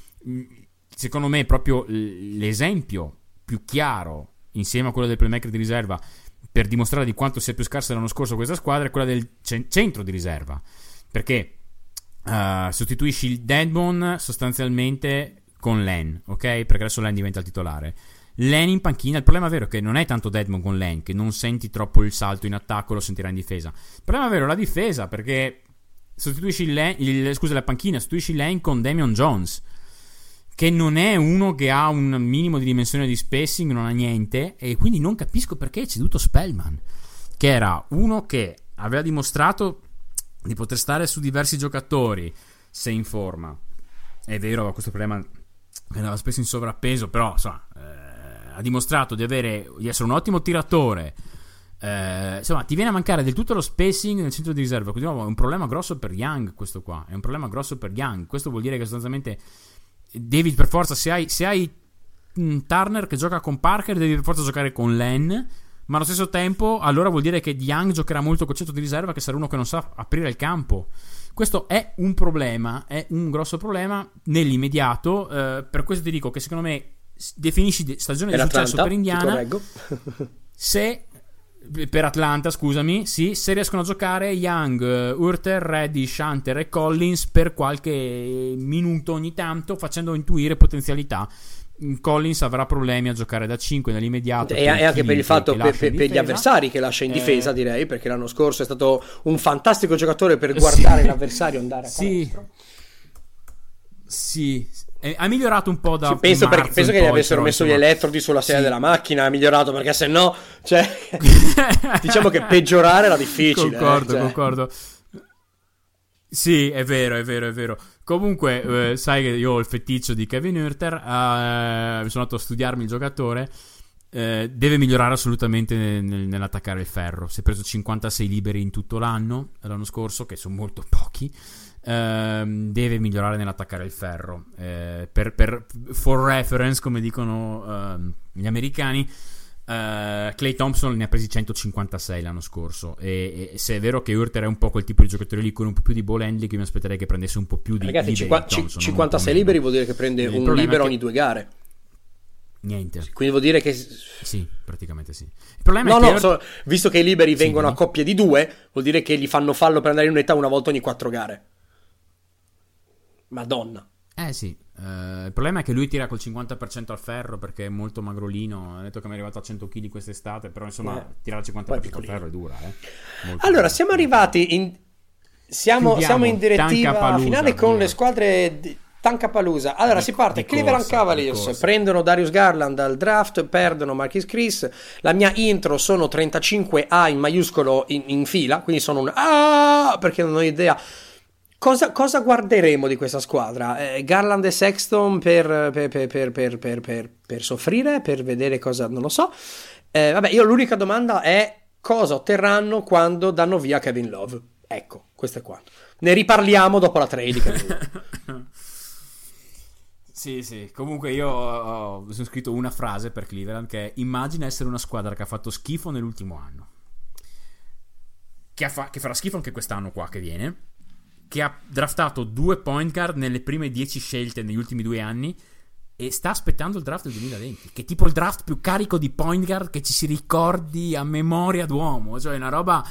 Secondo me proprio l'esempio più chiaro insieme a quello del playmaker di riserva per dimostrare di quanto sia più scarsa l'anno scorso questa squadra è quella del centro di riserva, perché uh, sostituisci il Dedmon sostanzialmente con Len, ok? Perché adesso Len diventa il titolare. Len in panchina, il problema vero è che non è tanto Dedmon con Len, che non senti troppo il salto in attacco, lo sentirai in difesa. Il problema vero è la difesa, perché sostituisci il Len, il, scusa la panchina, sostituisci Len con Damian Jones, che non è uno che ha un minimo di dimensione di spacing, non ha niente, e quindi non capisco perché è ceduto Spellman, che era uno che aveva dimostrato di poter stare su diversi giocatori se in forma. È vero, aveva questo problema che andava spesso in sovrappeso, però insomma eh, ha dimostrato di avere di essere un ottimo tiratore. Eh, insomma, ti viene a mancare del tutto lo spacing nel centro di riserva. Quindi, è un problema grosso per Young. Questo qua è un problema grosso per Young. Questo vuol dire che sostanzialmente devi per forza, se hai, se hai mh, Turner che gioca con Parker, devi per forza giocare con Len. Ma allo stesso tempo, allora vuol dire che Young giocherà molto col centro di riserva, che sarà uno che non sa aprire il campo. Questo è un problema, è un grosso problema nell'immediato. Eh, per questo ti dico che secondo me definisci stagione di successo per Indiana se per Atlanta, scusami, sì, se riescono a giocare Young, Hurter, Reddish, Hunter e Collins per qualche minuto ogni tanto, facendo intuire potenzialità. Collins avrà problemi a giocare da cinque nell'immediato e, e anche per il fatto per, per, per gli avversari che lascia in difesa, eh, direi, perché l'anno scorso è stato un fantastico giocatore per guardare sì, l'avversario andare a sì, canestro. sì, Eh, ha migliorato un po' da sì, penso, marzo perché, penso che poi, gli avessero però, messo insomma, gli elettrodi sulla sedia sì. della macchina, ha migliorato, perché se no, cioè, diciamo che peggiorare era difficile. Concordo, eh, cioè. concordo. Sì, è vero, è vero, è vero. Comunque, eh, sai che io ho il feticcio di Kevin Huerter, eh, mi sono andato a studiarmi il giocatore, eh, deve migliorare assolutamente nel, nell'attaccare il ferro. Si è preso cinquantasei liberi in tutto l'anno, l'anno scorso, che sono molto pochi. Eh, deve migliorare nell'attaccare il ferro. Eh, per, per for reference, come dicono eh, gli americani, Uh, Klay Thompson ne ha presi centocinquantasei l'anno scorso, e, e se è vero che Huerter è un po' quel tipo di giocatore lì con un po' più di ball handling, io mi aspetterei che prendesse un po' più di Ragazzi, liberi. cinqu- Thompson, cinquantasei liberi vuol dire che prende il un libero che... ogni due gare. Niente. Quindi vuol dire che sì, praticamente sì. Il problema no, è che no, so, visto che i liberi sì, vengono no? a coppie di due, vuol dire che gli fanno fallo per andare in unità una volta ogni quattro gare. Madonna. Eh sì, uh, il problema è che lui tira col cinquanta per cento al ferro perché è molto magrolino. Ha detto che mi è arrivato a cento chili quest'estate, però insomma eh, tirare al cinquanta per cento al ferro è dura, eh. Molto allora, dura. siamo arrivati in siamo, siamo in direttiva Tankapalooza, finale con via. le squadre di Tankapalooza. Allora di, si parte, Cleveland corsa, Cavaliers prendono Darius Garland dal draft, perdono Marquise Chris. La mia intro sono trentacinque A in maiuscolo in, in fila, quindi sono un ah, perché non ho idea. Cosa, cosa guarderemo di questa squadra? Eh, Garland e Sexton per, per, per, per, per, per, per, per soffrire, per vedere cosa, non lo so. Eh, vabbè, io l'unica domanda è cosa otterranno quando danno via Kevin Love. Ecco, questo è quanto. Ne riparliamo dopo la trade di Kevin Love. Sì, sì. Comunque io ho, ho scritto una frase per Cleveland che è: immagina essere una squadra che ha fatto schifo nell'ultimo anno, che, ha fa- che farà schifo anche quest'anno qua che viene, che ha draftato due point guard nelle prime dieci scelte negli ultimi due anni e sta aspettando il draft del duemilaventi, che è tipo il draft più carico di point guard che ci si ricordi a memoria d'uomo, cioè una roba.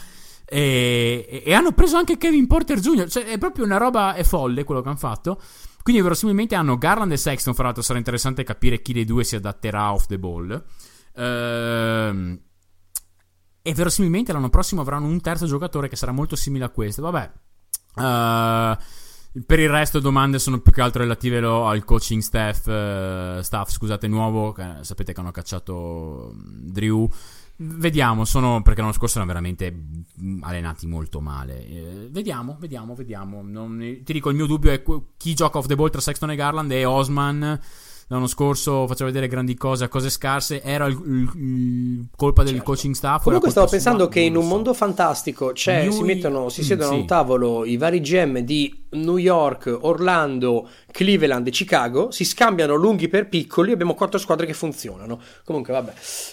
E, e hanno preso anche Kevin Porter Junior, cioè è proprio una roba, è folle quello che hanno fatto. Quindi verosimilmente hanno Garland e Sexton. Fra l'altro sarà interessante capire chi dei due si adatterà off the ball. Ehm, e verosimilmente l'anno prossimo avranno un terzo giocatore che sarà molto simile a questo. Vabbè. Uh, per il resto domande sono più che altro relative lo, al coaching staff, uh, staff scusate nuovo, che sapete che hanno cacciato Drew. Vediamo, sono perché l'anno scorso erano veramente allenati molto male. Eh, vediamo, vediamo, vediamo. Non, ti dico, il mio dubbio è chi gioca off the ball tra Sexton e Garland è Osman. L'anno scorso faceva vedere grandi cose a cose scarse. Era il, il, il colpa del certo. coaching staff. Comunque stavo pensando sua, che in un so. mondo fantastico c'è, Lui... si mettono, si siedono mm, a un sì. tavolo i vari G M di New York, Orlando, Cleveland e Chicago. Si scambiano lunghi per piccoli. Abbiamo quattro squadre che funzionano. Comunque vabbè.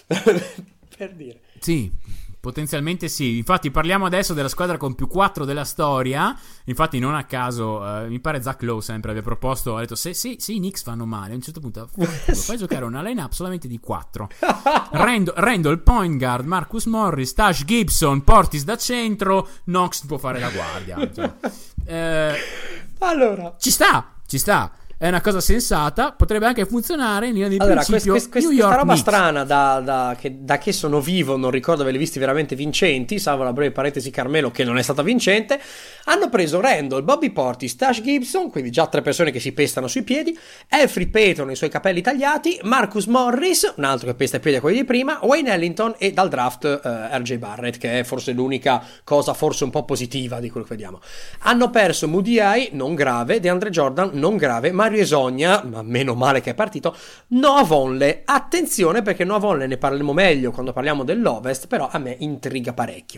Per dire. Sì, potenzialmente sì. Infatti parliamo adesso della squadra con più quattro della storia. Infatti non a caso eh, mi pare Zach Lowe sempre aveva proposto, ha detto se, se, se i Knicks fanno male a un certo punto fai giocare una line-up solamente di quattro. Randall, Randall point guard, Marcus Morris, Taj Gibson, Portis da centro, Knox può fare la guardia, cioè. eh, allora ci sta, ci sta. È una cosa sensata, potrebbe anche funzionare in linea di allora, principio. Quest, quest, New York questa roba Knicks. strana da, da, che, da che sono vivo non ricordo averli visti veramente vincenti, salvo la breve parentesi Carmelo che non è stata vincente. Hanno preso Randall, Bobby Portis, Taj Gibson, quindi già tre persone che si pestano sui piedi, Elfrid Payton i suoi capelli tagliati, Marcus Morris, un altro che pesta i piedi a quelli di prima, Wayne Ellington e dal draft uh, R J Barrett, che è forse l'unica cosa forse un po' positiva di quello che vediamo. Hanno perso Moody Eye, non grave, DeAndre Jordan, non grave, Mario Esogna, ma meno male che è partito, Noah Vonleh. Attenzione perché Noah Vonleh ne parleremo meglio quando parliamo dell'Ovest, però a me intriga parecchio.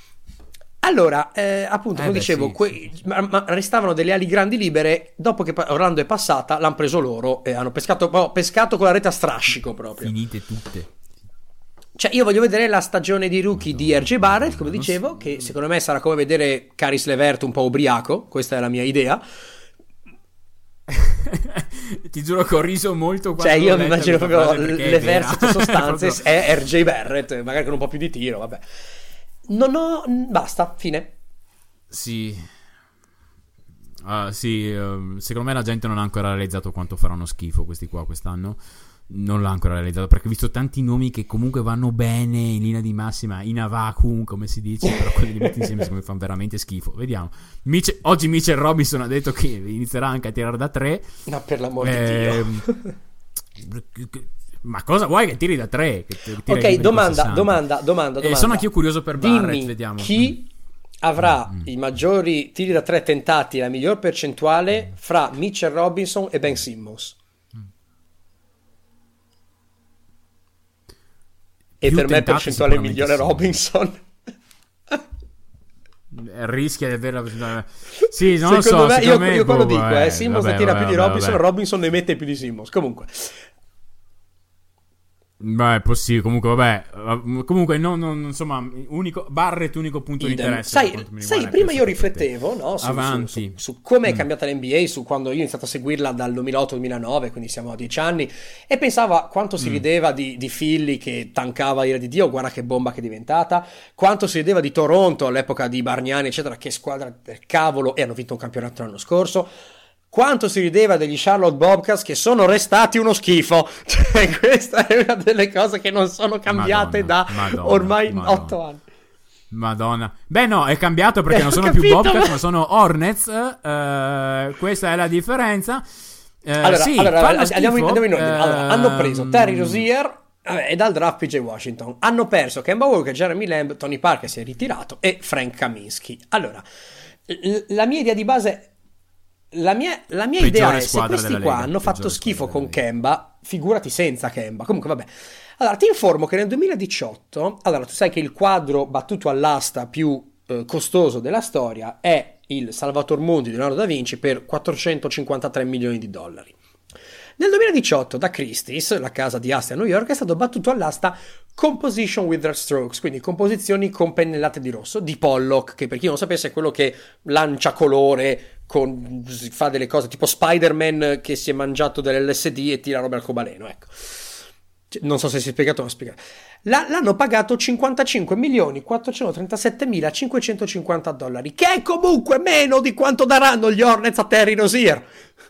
Allora, eh, appunto, eh come beh, dicevo, sì, que- sì. Ma, ma restavano delle ali grandi libere. Dopo che Orlando è passata, l'hanno preso loro e hanno pescato, oh, pescato con la rete a strascico proprio. Finite tutte. Cioè, io voglio vedere la stagione di rookie di R J Barrett, come dicevo, che secondo me sarà come vedere Caris LeVert un po' ubriaco. Questa è la mia idea. Ti giuro che ho riso molto quando cioè io mi immagino proprio LeVert sotto sostanze è R J Barrett, magari con un po' più di tiro, vabbè. Non ho... basta, fine. Sì. Uh, sì, uh, secondo me la gente non ha ancora realizzato quanto faranno schifo questi qua quest'anno. Non l'ha ancora realizzato, perché ho visto tanti nomi che comunque vanno bene in linea di massima, in a vacuum come si dice, però quelli li metti insieme mi fanno veramente schifo. Vediamo. Mitch, oggi Mitchell Robinson ha detto che inizierà anche a tirare da tre. No, per l'amore eh, di Dio. Ma cosa vuoi che tiri da tre? Che tiri ok, domanda, domanda, domanda, domanda. Eh, sono anch'io curioso per Barrett, Dimmi vediamo. Chi avrà mm. i maggiori tiri da tre tentati, la miglior percentuale fra Mitchell Robinson e Ben Simmons? E per me percentuale migliore sì. Robinson. Rischia di avere la percentuale. Sì, non secondo lo so. Me, io, me, io quando boh, dico, eh, eh, Simmons vabbè, tira vabbè, più di vabbè, Robinson, vabbè. Robinson ne mette più di Simmons. Comunque. Beh, è possibile. Comunque, vabbè. Comunque, no, no, insomma, unico Barrett, unico punto Idem. di interesse. Sai, sai prima io riflettevo, no, su, Avanti. su, su, su come è mm. cambiata l'N B A, su quando io ho iniziato a seguirla dal duemilaotto duemilanove, quindi siamo a dieci anni, e pensavo a quanto si mm. rideva di, di Philly che tankava ira di Dio, guarda che bomba che è diventata, quanto si rideva di Toronto all'epoca di Bargnani, eccetera, che squadra del cavolo, e hanno vinto un campionato l'anno scorso. Quanto si rideva degli Charlotte Bobcats che sono restati uno schifo. Cioè, questa è una delle cose che non sono cambiate Madonna, da Madonna, ormai Madonna. otto anni. Madonna. Beh no, è cambiato perché eh, non sono capito, più Bobcats ma... ma sono Hornets. Uh, questa è la differenza. Uh, allora, sì, allora fanno andiamo, schifo. andiamo in ordine. Uh, allora, hanno preso Terry Rozier e dal draft P J Washington. Hanno perso Kemba Walker, Jeremy Lamb, Tony Parker si è ritirato e Frank Kaminsky. Allora, l- la mia idea di base... La mia, la mia idea è, se questi qua Lega, hanno fatto schifo con Kemba, figurati senza Kemba. Comunque vabbè. Allora ti informo che nel duemiladiciotto, allora tu sai che il quadro battuto all'asta più eh, costoso della storia è il Salvator Mundi di Leonardo da Vinci per quattrocentocinquantatré milioni di dollari. Nel duemiladiciotto da Christie's, la casa di aste a New York, è stato battuto all'asta Composition with Strokes, quindi composizioni con pennellate di rosso, di Pollock, che per chi non sapesse è quello che lancia colore, con, fa delle cose tipo Spider-Man che si è mangiato dell'L S D e tira roba arcobaleno, ecco. Non so se si è spiegato o non spiegato. L'hanno pagato cinquantacinque milioni quattrocentotrentasette cinquecentocinquanta dollari, che è comunque meno di quanto daranno gli Hornets a Terry Rozier.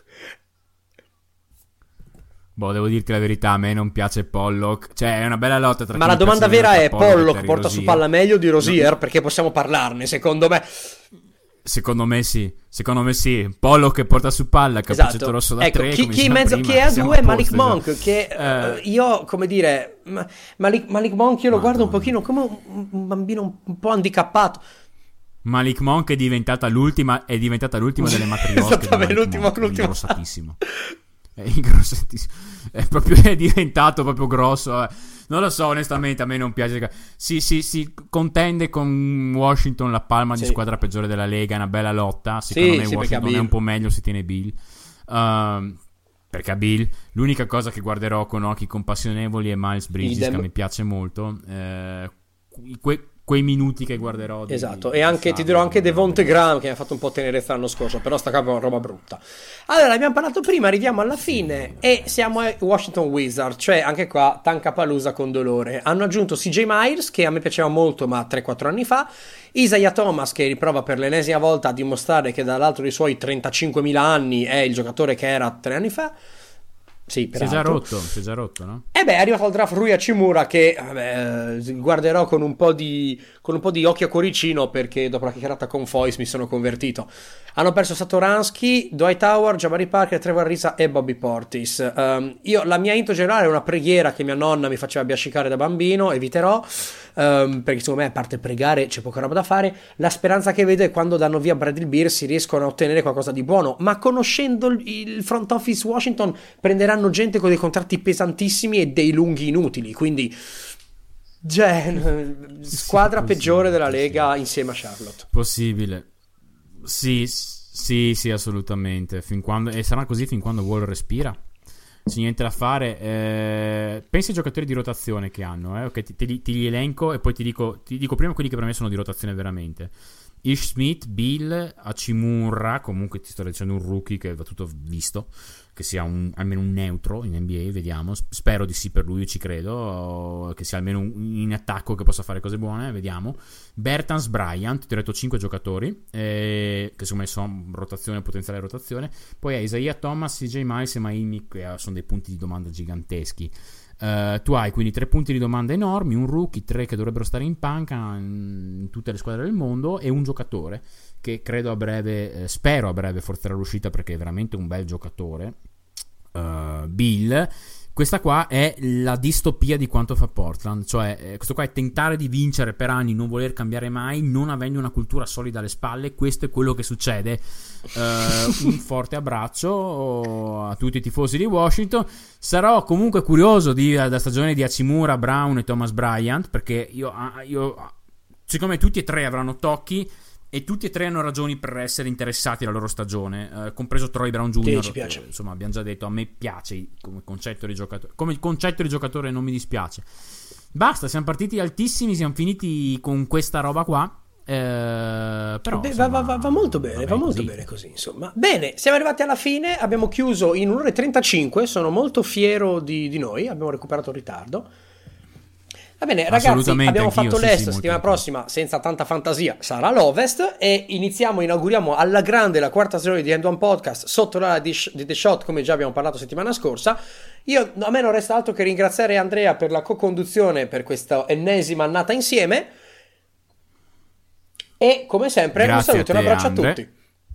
Boh, devo dirti la verità, a me non piace Pollock. Cioè, è una bella lotta tra... Ma la domanda vera è, Pollock, Pollock porta Rozier. Su palla meglio di Rozier? No. Perché possiamo parlarne, secondo me. Secondo me sì, secondo me sì. Pollock che porta su palla, cappuccetto esatto. rosso da ecco, tre. Chi, chi, mezzo, prima, chi è a due è Malik posto, Monk, esatto. che uh, io, come dire, Malik, Malik Monk io lo Madonna. guardo un pochino come un, un bambino un, un po' handicappato. Malik Monk è diventata l'ultima, è diventata l'ultima delle matriosche. Esattamente, l'ultimo, Monk, l'ultimo. Ingrossatissimo. È ingrossatissimo. È proprio è diventato proprio grosso. Eh. Non lo so, onestamente, a me non piace. Si, si, si contende con Washington la palma sì. di squadra peggiore della Lega, è una bella lotta. Secondo sì, me sì, Washington è un po' meglio se tiene Bill. Uh, perché a Bill l'unica cosa che guarderò con occhi compassionevoli è Miles Bridges, Idem. che mi piace molto. Eh, que- quei minuti che guarderò di, esatto di e anche ti dirò anche Devonte Graham che mi ha fatto un po' tenerezza l'anno scorso, però sta capo è una roba brutta. Allora abbiamo parlato prima, arriviamo alla fine e siamo ai Washington Wizards, cioè anche qua Tankapalusa con dolore. Hanno aggiunto C J Myers, che a me piaceva molto ma tre quattro anni fa, Isaiah Thomas che riprova per l'ennesima volta a dimostrare che dall'altro dei suoi trentacinquemila anni è il giocatore che era tre anni fa. Sì, si è già rotto, si è già rotto, no? E beh, è arrivato al draft Rui Hachimura che vabbè, guarderò con un po' di con un po' di occhio a cuoricino, perché dopo la chiacchierata con Foyce mi sono convertito. Hanno perso Satoransky, Dwight Howard, Jabari Parker, Trevor Ariza e Bobby Portis. Um, io la mia intro generale è una preghiera che mia nonna mi faceva biascicare da bambino, eviterò, um, perché secondo me a parte pregare c'è poca roba da fare. La speranza che vedo è quando danno via Bradley Beal si riescono a ottenere qualcosa di buono, ma conoscendo il front office Washington prenderanno gente con dei contratti pesantissimi e dei lunghi inutili, quindi cioè, squadra sì, peggiore della Lega insieme a Charlotte. Possibile. Sì, sì, sì, assolutamente. Fin quando, e sarà così fin quando Wall respira. C'è niente da fare. Eh, pensi ai giocatori di rotazione che hanno, eh? Okay, ti, ti, ti li elenco e poi ti dico, ti dico prima quelli che per me sono di rotazione veramente. Ish Smith, Bill, Hachimura, comunque ti sto dicendo un rookie che va tutto visto, che sia un, almeno un neutro in N B A, vediamo, spero di sì per lui, io ci credo, che sia almeno un, in attacco che possa fare cose buone, vediamo. Bertans, Bryant, ti ho detto cinque giocatori, eh, che secondo me sono rotazione, potenziale rotazione, poi hai Isaiah Thomas, C J Miles e Maimi, che sono dei punti di domanda giganteschi. Uh, tu hai quindi tre punti di domanda enormi, un rookie, tre che dovrebbero stare in panca in, in tutte le squadre del mondo e un giocatore che credo a breve, eh, spero a breve forzerà l'uscita perché è veramente un bel giocatore, uh, Bill. Questa qua è la distopia di quanto fa Portland, cioè eh, questo qua è tentare di vincere per anni, non voler cambiare mai, non avendo una cultura solida alle spalle. Questo è quello che succede. Uh, un forte abbraccio a tutti i tifosi di Washington. Sarò comunque curioso di, da stagione di Hachimura, Brown e Thomas Bryant, perché io, io secondo me tutti e tre avranno tocchi e tutti e tre hanno ragioni per essere interessati alla loro stagione, eh, compreso Troy Brown Junior Sì, ci piace. Che, insomma, abbiamo già detto, a me piace come concetto di giocatore, come il concetto di giocatore non mi dispiace. Basta, siamo partiti altissimi, siamo finiti con questa roba qua. Eh, però, Beh, insomma, va, va, va molto bene, va, va molto così. bene così, insomma. Bene, siamo arrivati alla fine, abbiamo chiuso in un'ora e trentacinque, sono molto fiero di, di noi, abbiamo recuperato il ritardo. Va bene, ragazzi, abbiamo fatto sì, l'est, sì, settimana molto. prossima, senza tanta fantasia, sarà l'ovest e iniziamo, inauguriamo alla grande la quarta stagione di End One Podcast sotto l'ala di, di The Shot, come già abbiamo parlato settimana scorsa. Io, a me non resta altro che ringraziare Andrea per la co-conduzione per questa ennesima annata insieme e come sempre Grazie un saluto e un abbraccio Andre. a tutti.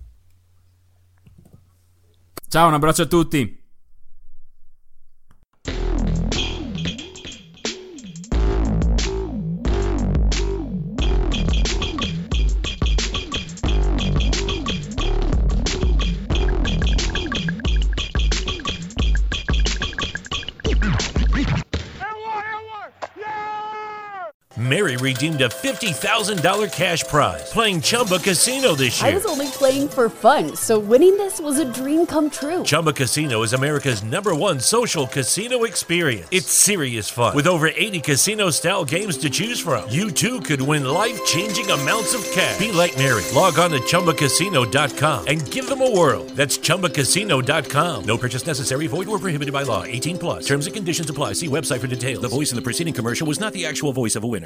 Ciao, un abbraccio a tutti. Mary redeemed a fifty thousand dollars cash prize playing Chumba Casino this year. I was only playing for fun, so winning this was a dream come true. Chumba Casino is America's number one social casino experience. It's serious fun. With over eighty casino-style games to choose from, you too could win life-changing amounts of cash. Be like Mary. Log on to Chumba Casino dot com and give them a whirl. That's Chumba Casino dot com. No purchase necessary. Void or prohibited by law. eighteen plus. Terms and conditions apply. See website for details. The voice in the preceding commercial was not the actual voice of a winner.